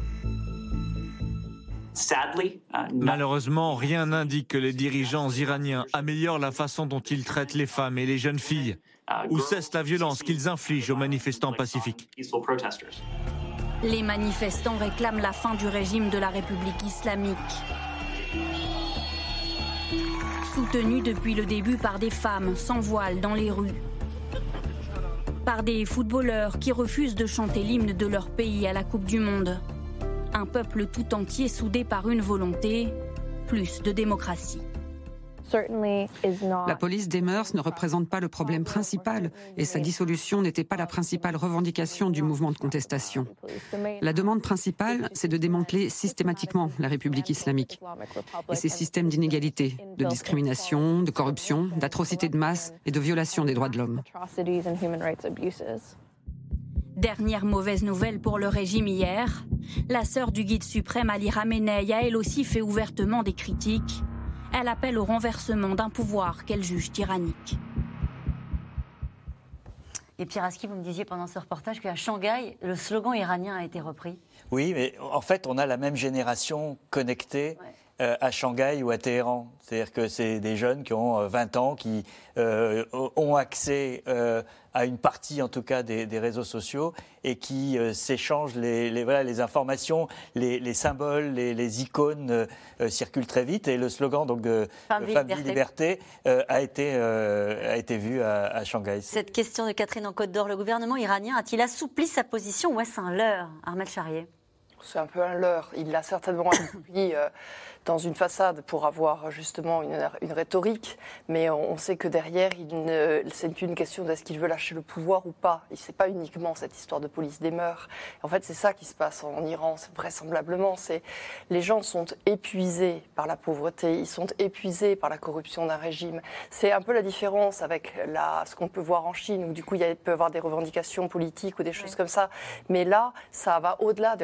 Malheureusement, rien n'indique que les dirigeants iraniens améliorent la façon dont ils traitent les femmes et les jeunes filles, ou cessent la violence qu'ils infligent aux manifestants pacifiques. Les manifestants réclament la fin du régime de la République islamique. Soutenus depuis le début par des femmes sans voile dans les rues, par des footballeurs qui refusent de chanter l'hymne de leur pays à la Coupe du Monde. Un peuple tout entier soudé par une volonté, plus de démocratie. La police des mœurs ne représente pas le problème principal et sa dissolution n'était pas la principale revendication du mouvement de contestation. La demande principale, c'est de démanteler systématiquement la République islamique et ses systèmes d'inégalité, de discrimination, de corruption, d'atrocités de masse et de violation des droits de l'homme. Dernière mauvaise nouvelle pour le régime hier, la sœur du guide suprême Ali Khamenei a elle aussi fait ouvertement des critiques. Elle appelle au renversement d'un pouvoir qu'elle juge tyrannique. Et Pierre Aski, vous me disiez pendant ce reportage qu'à Shanghai, le slogan iranien a été repris. Oui, mais en fait, on a la même génération connectée ouais. euh, à Shanghai ou à Téhéran. C'est-à-dire que c'est des jeunes qui ont vingt ans, qui euh, ont accès euh, à une partie, en tout cas, des, des réseaux sociaux et qui euh, s'échangent les, les, voilà, les informations, les, les symboles, les, les icônes euh, circulent très vite. Et le slogan donc, de Femme, vie, liberté, liberté euh, a, été, euh, a été vu à, à Shanghai. Cette question de Catherine en Côte d'Or, le gouvernement iranien a-t-il assoupli sa position ou est-ce un leurre, Armel Charrier? C'est un peu un leurre. Il l'a certainement assoupli euh, dans une façade pour avoir justement une, une rhétorique, mais on, on sait que derrière, c'est une question d'est-ce qu'il veut lâcher le pouvoir ou pas. Et c'est pas uniquement cette histoire de police des mœurs. En fait, c'est ça qui se passe en Iran, vraisemblablement. C'est les gens sont épuisés par la pauvreté, ils sont épuisés par la corruption d'un régime. C'est un peu la différence avec la, ce qu'on peut voir en Chine, où du coup, il y a, peut y avoir des revendications politiques ou des choses oui. comme ça. Mais là, ça va au-delà des revendications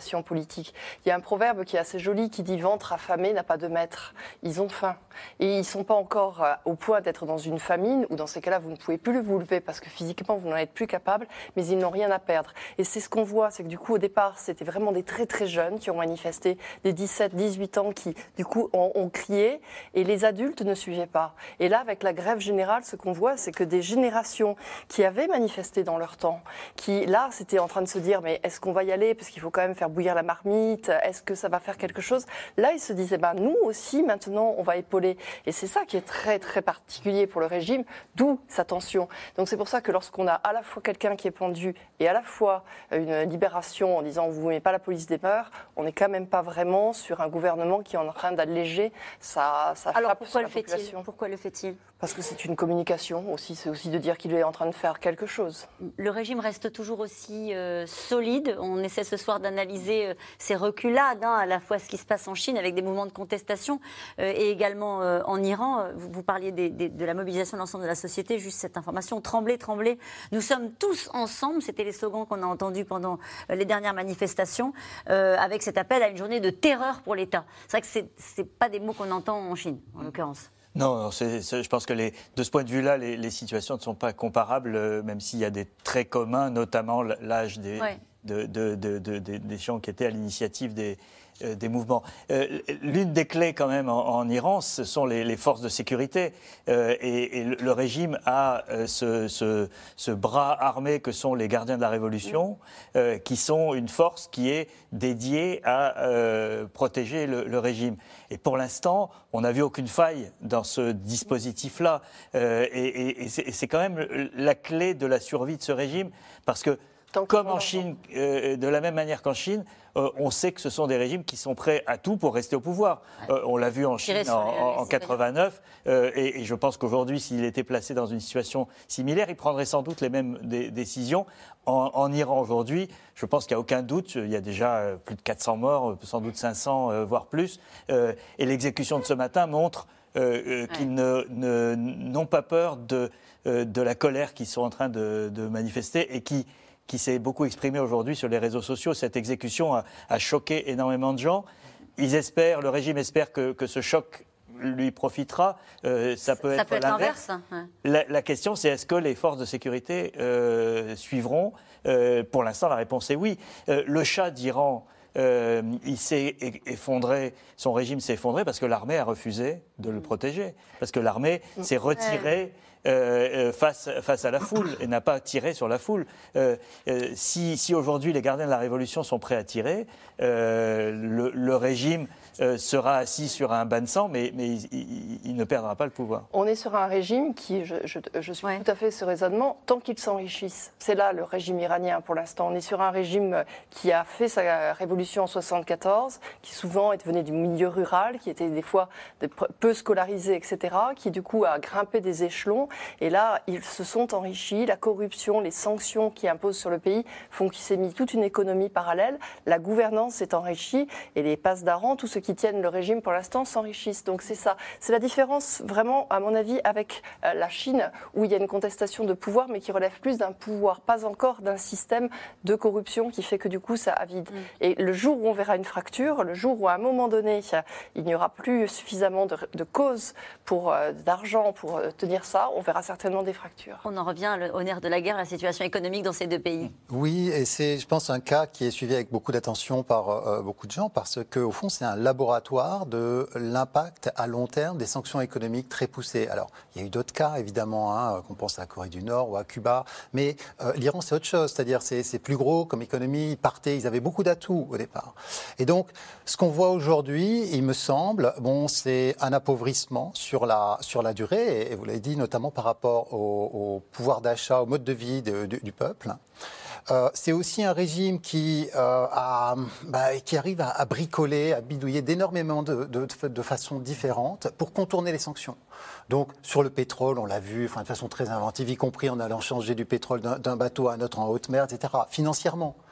communication politique. Il y a un proverbe qui est assez joli qui dit « ventre affamé n'a pas de maître ». Ils ont faim. Et ils ne sont pas encore au point d'être dans une famine, où dans ces cas-là, vous ne pouvez plus vous lever parce que physiquement, vous n'en êtes plus capable, mais ils n'ont rien à perdre. Et c'est ce qu'on voit, c'est que du coup, au départ, c'était vraiment des très très jeunes qui ont manifesté, des dix-sept, dix-huit ans qui, du coup, ont, ont crié, et les adultes ne suivaient pas. Et là, avec la grève générale, ce qu'on voit, c'est que des générations qui avaient manifesté dans leur temps, qui, là, c'était en train de se dire, mais est-ce qu'on va y aller parce qu'il faut quand même faire bouillir la marmite, est-ce que ça va faire quelque chose? Là, ils se disaient, ben, nous aussi, maintenant, on va épauler. Et c'est ça qui est très, très particulier pour le régime, d'où sa tension. Donc c'est pour ça que lorsqu'on a à la fois quelqu'un qui est pendu et à la fois une libération en disant, vous ne mettez pas la police des mœurs, on n'est quand même pas vraiment sur un gouvernement qui est en train d'alléger sa, sa Alors frappe pourquoi sur le la fait-il population. Pourquoi le fait-il? Parce que c'est une communication aussi, c'est aussi de dire qu'il est en train de faire quelque chose. Le régime reste toujours aussi euh, solide. On essaie ce soir d'analyser euh, ces reculades, hein, à la fois ce qui se passe en Chine avec des mouvements de contestation euh, et également euh, en Iran. Vous, vous parliez des, des, de la mobilisation de l'ensemble de la société. Juste cette information, tremblez, tremblez. Nous sommes tous ensemble. C'était les slogans qu'on a entendus pendant euh, les dernières manifestations, euh, avec cet appel à une journée de terreur pour l'État. C'est vrai que c'est, c'est pas des mots qu'on entend en Chine, en l'occurrence. Non, c'est, c'est, je pense que les, de ce point de vue-là, les, les situations ne sont pas comparables, euh, même s'il y a des traits communs, notamment l'âge des, ouais. de, de, de, de, de, des gens qui étaient à l'initiative des, euh, des mouvements. Euh, l'une des clés quand même en, en Iran, ce sont les, les forces de sécurité. Euh, et, et le régime a euh, ce, ce, ce bras armé que sont les gardiens de la Révolution, euh, qui sont une force qui est dédiée à euh, protéger le, le régime. Et pour l'instant, on n'a vu aucune faille dans ce dispositif-là. Euh, et, et, et, c'est, et c'est quand même la clé de la survie de ce régime, parce que, Tant comme en Chine, euh, de la même manière qu'en Chine, euh, on sait que ce sont des régimes qui sont prêts à tout pour rester au pouvoir. Euh, on l'a vu en Chine en, en, en quatre-vingt-neuf, euh, et, et je pense qu'aujourd'hui, s'il était placé dans une situation similaire, il prendrait sans doute les mêmes dé- décisions. En, en Iran aujourd'hui, je pense qu'il n'y a aucun doute, il y a déjà plus de quatre cents morts, sans doute cinq cents, euh, voire plus, euh, et l'exécution de ce matin montre euh, euh, qu'ils ouais. ne, ne, n'ont pas peur de, euh, de la colère qu'ils sont en train de, de manifester et qui... qui s'est beaucoup exprimé aujourd'hui sur les réseaux sociaux. Cette exécution a, a choqué énormément de gens. Ils espèrent, le régime espère que, que ce choc lui profitera. Euh, ça peut ça être, peut être l'inverse. Ouais. La, la question, c'est est-ce que les forces de sécurité euh, suivront euh, Pour l'instant, la réponse est oui. Euh, le Shah d'Iran, euh, il s'est effondré, son régime s'est effondré parce que l'armée a refusé de le protéger. Parce que l'armée s'est retirée Euh, face, face à la foule et n'a pas tiré sur la foule. Euh, euh, si, si aujourd'hui les gardiens de la Révolution sont prêts à tirer, euh, le, le régime euh, sera assis sur un bain de sang, mais, mais il, il, il ne perdra pas le pouvoir. On est sur un régime qui, je, je, je suis ouais. tout à fait ce raisonnement, tant qu'ils s'enrichissent. C'est là le régime iranien pour l'instant. On est sur un régime qui a fait sa révolution en soixante-quatorze, qui souvent est venu du milieu rural, qui était des fois peu scolarisé, et cetera, qui du coup a grimpé des échelons. Et là, ils se sont enrichis. La corruption, les sanctions qui imposent sur le pays font qu'il s'est mis toute une économie parallèle. La gouvernance s'est enrichie et les passes-d'Aran, tous ceux qui tiennent le régime pour l'instant, s'enrichissent. Donc c'est ça. C'est la différence vraiment, à mon avis, avec euh, la Chine, où il y a une contestation de pouvoir, mais qui relève plus d'un pouvoir, pas encore d'un système de corruption qui fait que du coup, ça avide. Mm. Et le jour où on verra une fracture, le jour où à un moment donné, il n'y aura plus suffisamment de, de causes pour, euh, d'argent pour euh, tenir ça, on verra certainement des fractures. On en revient au nerf de la guerre, la situation économique dans ces deux pays. Oui, et c'est, je pense, un cas qui est suivi avec beaucoup d'attention par euh, beaucoup de gens, parce qu'au fond, c'est un laboratoire de l'impact à long terme des sanctions économiques très poussées. Alors, il y a eu d'autres cas, évidemment, hein, qu'on pense à la Corée du Nord ou à Cuba, mais euh, l'Iran, c'est autre chose, c'est-à-dire c'est, c'est plus gros comme économie, ils partaient, ils avaient beaucoup d'atouts au départ. Et donc, ce qu'on voit aujourd'hui, il me semble, bon, c'est un appauvrissement sur la, sur la durée, et, et vous l'avez dit, notamment par rapport au, au pouvoir d'achat, au mode de vie de, de, du peuple. Euh, c'est aussi un régime qui, euh, a, bah, qui arrive à, à bricoler, à bidouiller d'énormément de, de, de façons différentes pour contourner les sanctions. Donc, sur le pétrole, on l'a vu enfin, de façon très inventive, y compris en allant changer du pétrole d'un, d'un bateau à un autre en haute mer, et cetera, financièrement.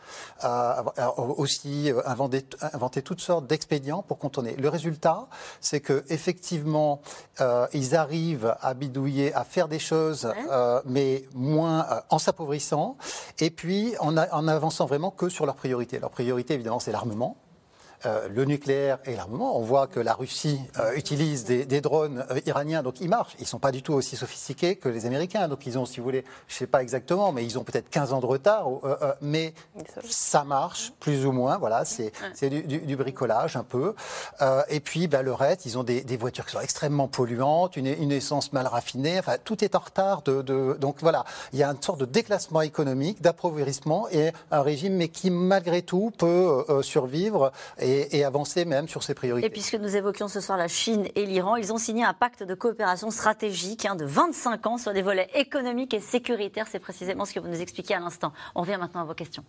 euh, aussi inventé, inventé toutes sortes d'expédients pour contourner. Le résultat, c'est que effectivement, euh, ils arrivent à bidouiller, à faire des choses, euh, mais moins euh, en s'appauvrissant, et puis en, a, en avançant vraiment que sur leurs priorités. Leur priorité, évidemment, c'est l'armement. Euh, le nucléaire et l'armement. On voit que la Russie euh, utilise des, des drones euh, iraniens, donc ils marchent. Ils ne sont pas du tout aussi sophistiqués que les Américains. Donc ils ont, si vous voulez, je ne sais pas exactement, mais ils ont peut-être quinze ans de retard. Euh, euh, mais ça marche, plus ou moins. Voilà, c'est, c'est du, du, du bricolage un peu. Euh, et puis bah, le reste, ils ont des, des voitures qui sont extrêmement polluantes, une, une essence mal raffinée. Enfin, tout est en retard. De, de, donc voilà, il y a une sorte de déclassement économique, d'appauvrissement et un régime, mais qui malgré tout peut euh, survivre. Et Et, et avancer même sur ses priorités. Et puisque nous évoquions ce soir la Chine et l'Iran, ils ont signé un pacte de coopération stratégique hein, de vingt-cinq ans sur des volets économiques et sécuritaires. C'est précisément ce que vous nous expliquez à l'instant. On revient maintenant à vos questions.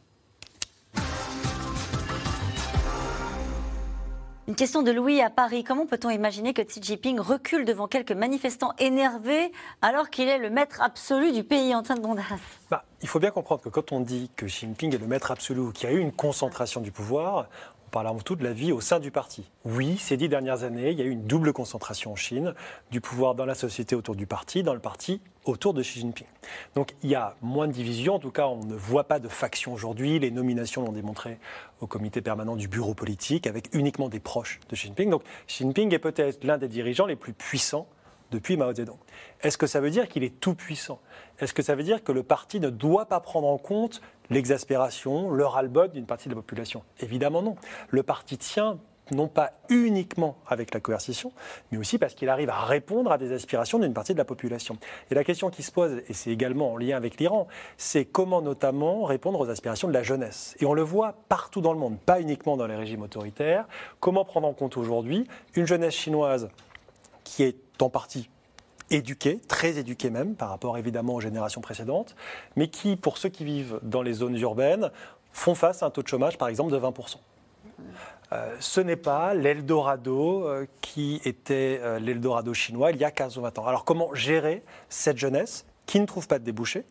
Une question de Louis à Paris. Comment peut-on imaginer que Xi Jinping recule devant quelques manifestants énervés alors qu'il est le maître absolu du pays en train de bondasse? Bah, il faut bien comprendre que quand on dit que Xi Jinping est le maître absolu ou qu'il y a eu une concentration du pouvoir, on parle avant tout de la vie au sein du parti. Oui, ces dix dernières années, il y a eu une double concentration en Chine, du pouvoir dans la société autour du parti, dans le parti autour de Xi Jinping. Donc il y a moins de divisions, en tout cas on ne voit pas de faction aujourd'hui, les nominations l'ont démontré au comité permanent du bureau politique, avec uniquement des proches de Xi Jinping. Donc Xi Jinping est peut-être l'un des dirigeants les plus puissants depuis Mao Zedong. Est-ce que ça veut dire qu'il est tout puissant? Est-ce que ça veut dire que le parti ne doit pas prendre en compte l'exaspération, le ras-le-bol d'une partie de la population? Évidemment non. Le parti tient non pas uniquement avec la coercition, mais aussi parce qu'il arrive à répondre à des aspirations d'une partie de la population. Et la question qui se pose, et c'est également en lien avec l'Iran, c'est comment notamment répondre aux aspirations de la jeunesse. Et on le voit partout dans le monde, pas uniquement dans les régimes autoritaires. Comment prendre en compte aujourd'hui une jeunesse chinoise qui est en partie éduqués, très éduqués même, par rapport évidemment aux générations précédentes, mais qui, pour ceux qui vivent dans les zones urbaines, font face à un taux de chômage, par exemple, de vingt pour cent. Euh, ce n'est pas l'Eldorado euh, qui était euh, l'Eldorado chinois il y a quinze ou vingt ans. Alors comment gérer cette jeunesse qui ne trouve pas de débouchés,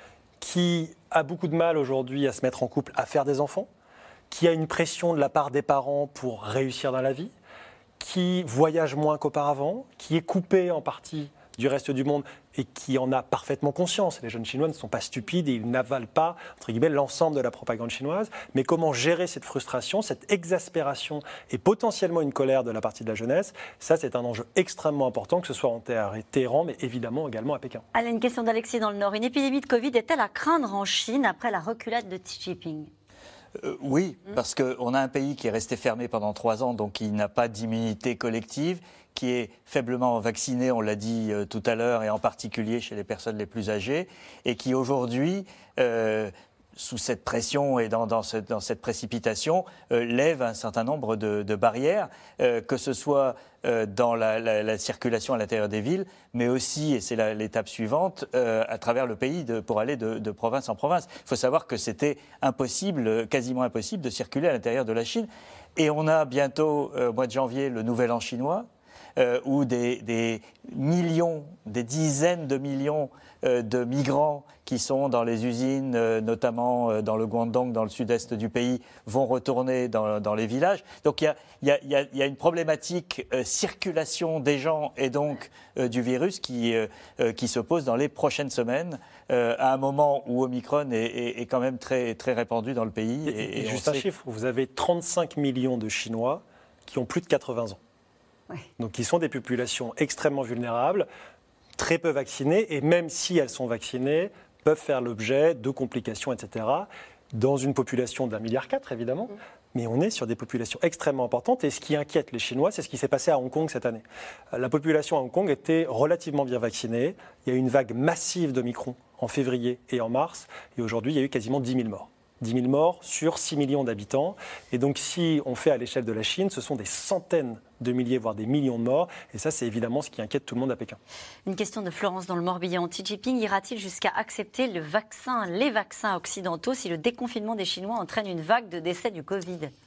qui a beaucoup de mal aujourd'hui à se mettre en couple, à faire des enfants, qui a une pression de la part des parents pour réussir dans la vie, qui voyage moins qu'auparavant, qui est coupé en partie du reste du monde et qui en a parfaitement conscience. Les jeunes Chinois ne sont pas stupides et ils n'avalent pas, entre guillemets, l'ensemble de la propagande chinoise. Mais comment gérer cette frustration, cette exaspération et potentiellement une colère de la partie de la jeunesse, ça c'est un enjeu extrêmement important, que ce soit en Téhéran, mais évidemment également à Pékin. Allez, une question d'Alexis dans le Nord. Une épidémie de Covid est-elle à craindre en Chine après la reculade de Xi Jinping ? Euh, oui, parce qu'on a un pays qui est resté fermé pendant trois ans, donc qui n'a pas d'immunité collective, qui est faiblement vacciné, on l'a dit euh, tout à l'heure, et en particulier chez les personnes les plus âgées, et qui aujourd'hui, euh, sous cette pression et dans, dans, ce, dans cette précipitation, euh, lève un certain nombre de, de barrières, euh, que ce soit euh, dans la, la, la circulation à l'intérieur des villes, mais aussi, et c'est la, l'étape suivante, euh, à travers le pays de, pour aller de, de province en province. Il faut savoir que c'était impossible, quasiment impossible, de circuler à l'intérieur de la Chine. Et on a bientôt, euh, au mois de janvier, le Nouvel An chinois, Euh, où des, des millions, des dizaines de millions euh, de migrants qui sont dans les usines, euh, notamment euh, dans le Guangdong, dans le sud-est du pays, vont retourner dans, dans les villages. Donc il y a, y a, y a une problématique euh, circulation des gens et donc euh, du virus qui, euh, euh, qui se pose dans les prochaines semaines, euh, à un moment où Omicron est, est, est quand même très, très répandu dans le pays. Et, et, et juste un chiffre, vous avez trente-cinq millions de Chinois qui ont plus de quatre-vingts ans. Oui. Donc, qui sont des populations extrêmement vulnérables, très peu vaccinées, et même si elles sont vaccinées, peuvent faire l'objet de complications, et cetera, dans une population d'un milliard quatre, évidemment. Mmh. Mais on est sur des populations extrêmement importantes, et ce qui inquiète les Chinois, c'est ce qui s'est passé à Hong Kong cette année. La population à Hong Kong était relativement bien vaccinée. Il y a eu une vague massive d'Omicron en février et en mars, et aujourd'hui, il y a eu quasiment dix mille morts. dix mille morts sur six millions d'habitants. Et donc, si on fait à l'échelle de la Chine, ce sont des centaines de milliers, voire des millions de morts. Et ça, c'est évidemment ce qui inquiète tout le monde à Pékin. Une question de Florence dans le Morbihan. Xi Jinping ira-t-il jusqu'à accepter le vaccin, les vaccins occidentaux si le déconfinement des Chinois entraîne une vague de décès du Covid ?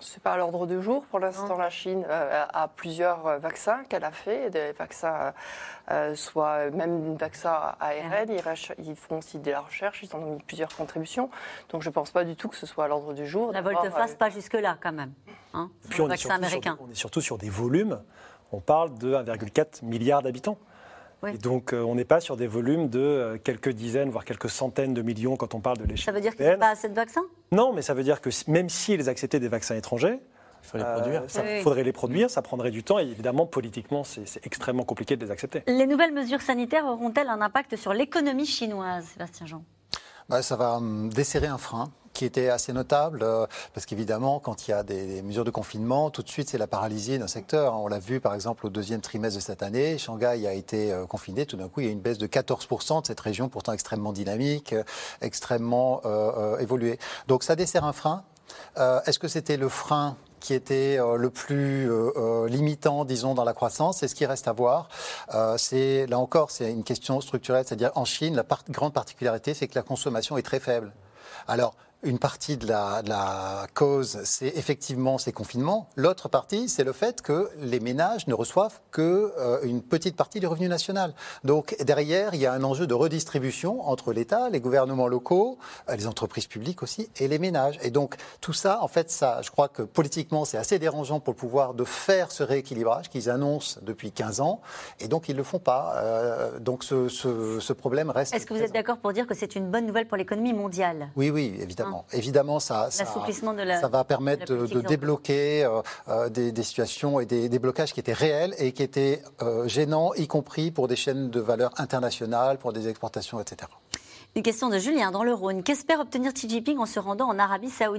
Ce n'est pas à l'ordre du jour. Pour l'instant, la Chine euh, a plusieurs vaccins qu'elle a fait, des vaccins, euh, soit même des vaccins A R N. Ils, ils font aussi de la recherche, ils en ont mis plusieurs contributions. Donc je ne pense pas du tout que ce soit à l'ordre du jour. La volte-face, euh... pas jusque-là quand même. Hein, Puis on est, américain. Sur, on est surtout sur des volumes. On parle de un virgule quatre milliard d'habitants. Oui. Et donc, euh, on n'est pas sur des volumes de euh, quelques dizaines, voire quelques centaines de millions quand on parle de l'échelle. Ça veut dire qu'il n'y a pas assez de vaccins ? Non, mais ça veut dire que même s'ils acceptaient des vaccins étrangers, il faut les produire. Euh, ça, oui. faudrait les produire, ça prendrait du temps et évidemment, politiquement, c'est, c'est extrêmement compliqué de les accepter. Les nouvelles mesures sanitaires auront-elles un impact sur l'économie chinoise, Sébastien Jean ? Bah, ça va hum, desserrer un frein qui était assez notable, euh, parce qu'évidemment, quand il y a des, des mesures de confinement, tout de suite, c'est la paralysie d'un secteur. On l'a vu, par exemple, au deuxième trimestre de cette année, Shanghai a été euh, confiné. Tout d'un coup, il y a une baisse de quatorze pour cent de cette région, pourtant extrêmement dynamique, euh, extrêmement euh, euh, évoluée. Donc, ça dessert un frein. Euh, est-ce que c'était le frein qui était euh, le plus euh, euh, limitant, disons, dans la croissance? C'est ce qui reste à voir. Euh, c'est, là encore, c'est une question structurelle. C'est-à-dire, en Chine, la part- grande particularité, c'est que la consommation est très faible. Alors, une partie de la, de la cause, c'est effectivement ces confinements. L'autre partie, c'est le fait que les ménages ne reçoivent que euh, une petite partie du revenu national. Donc derrière, il y a un enjeu de redistribution entre l'État, les gouvernements locaux, euh, les entreprises publiques aussi, et les ménages. Et donc tout ça, en fait, ça, je crois que politiquement, c'est assez dérangeant pour le pouvoir de faire ce rééquilibrage qu'ils annoncent depuis quinze ans, et donc ils ne le font pas. Euh, donc ce, ce, ce problème reste. Est-ce que vous présent. êtes d'accord pour dire que c'est une bonne nouvelle pour l'économie mondiale ? Oui, oui, évidemment. Hein. Évidemment, ça, ça, de la, ça va permettre de, de, de débloquer euh, euh, des, des situations et des, des blocages qui étaient réels et qui étaient euh, gênants, y compris pour des chaînes de valeur internationales, pour des exportations, et cetera. Une question de Julien dans le Rhône. Qu'espère obtenir Xi Jinping en se rendant en Arabie Saoudite ?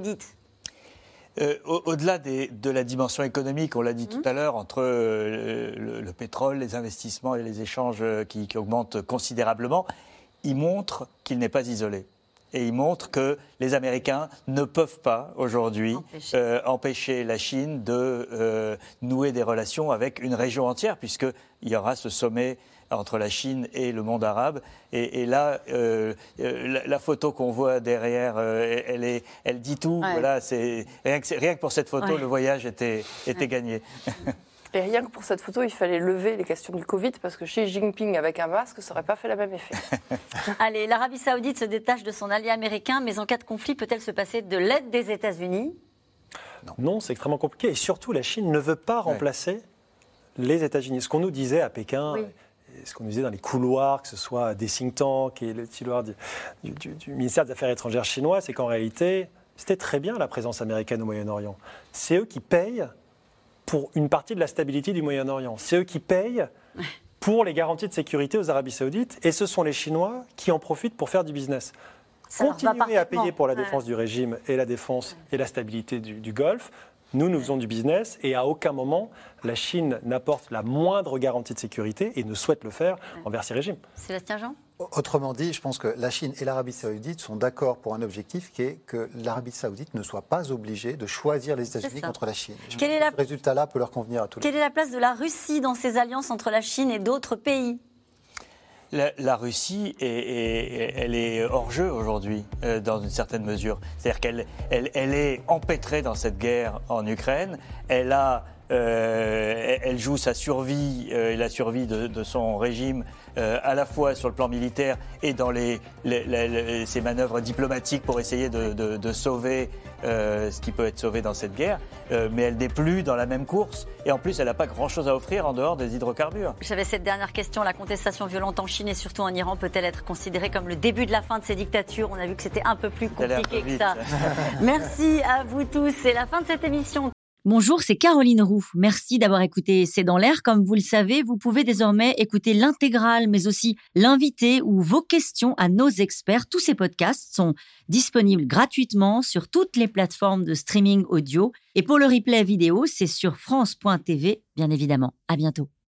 Euh, au, au-delà des, de la dimension économique, on l'a dit mmh. tout à l'heure, entre euh, le, le pétrole, les investissements et les échanges qui, qui augmentent considérablement, il montre qu'il n'est pas isolé. Et il montre que les Américains ne peuvent pas aujourd'hui empêcher, euh, empêcher la Chine de euh, nouer des relations avec une région entière, puisqu'il y aura ce sommet entre la Chine et le monde arabe. Et, et là, euh, la, la photo qu'on voit derrière, euh, elle, est, elle dit tout. Ouais. Voilà, c'est, rien, que, rien que pour cette photo, ouais. le voyage était, était ouais. gagné. Et rien que pour cette photo, il fallait lever les questions du Covid, parce que Xi Jinping avec un masque, ça n'aurait pas fait le même effet. Allez, l'Arabie Saoudite se détache de son allié américain, mais en cas de conflit, peut-elle se passer de l'aide des États-Unis ? Non, non c'est extrêmement compliqué. Et surtout, la Chine ne veut pas remplacer ouais. les États-Unis. Ce qu'on nous disait à Pékin, oui. ce qu'on nous disait dans les couloirs, que ce soit des think tanks et le couloir du, du, du ministère des Affaires étrangères chinois, c'est qu'en réalité, c'était très bien la présence américaine au Moyen-Orient. C'est eux qui payent pour une partie de la stabilité du Moyen-Orient. C'est eux qui payent pour les garanties de sécurité aux Arabies Saoudites et ce sont les Chinois qui en profitent pour faire du business. Ça Continuer à payer pour la défense ouais. du régime et la défense et la stabilité du, du Golfe. Nous, nous faisons du business et à aucun moment, la Chine n'apporte la moindre garantie de sécurité et ne souhaite le faire ouais. envers ces régimes. Sébastien Jean ? Autrement dit, je pense que la Chine et l'Arabie Saoudite sont d'accord pour un objectif qui est que l'Arabie Saoudite ne soit pas obligée de choisir les États-Unis contre la Chine. Quel est la... Ce résultat-là peut leur convenir à tous les Quelle est la place de la Russie dans ces alliances entre la Chine et d'autres pays ? La, la Russie, est, est, elle est hors jeu aujourd'hui, euh, dans une certaine mesure. C'est-à-dire qu'elle elle, elle est empêtrée dans cette guerre en Ukraine. Elle a... Euh, elle joue sa survie euh, et la survie de, de son régime euh, à la fois sur le plan militaire et dans les, les, les, les, ses manœuvres diplomatiques pour essayer de, de, de sauver euh, ce qui peut être sauvé dans cette guerre. Euh, mais elle n'est plus dans la même course et en plus elle n'a pas grand-chose à offrir en dehors des hydrocarbures. J'avais cette dernière question. La contestation violente en Chine et surtout en Iran peut-elle être considérée comme le début de la fin de ces dictatures ? On a vu que c'était un peu plus compliqué que ça. Merci à vous tous. C'est la fin de cette émission. Bonjour, c'est Caroline Roux. Merci d'avoir écouté C'est dans l'air. Comme vous le savez, vous pouvez désormais écouter l'intégrale, mais aussi l'invité ou vos questions à nos experts. Tous ces podcasts sont disponibles gratuitement sur toutes les plateformes de streaming audio. Et pour le replay vidéo, c'est sur France point T V, bien évidemment. À bientôt.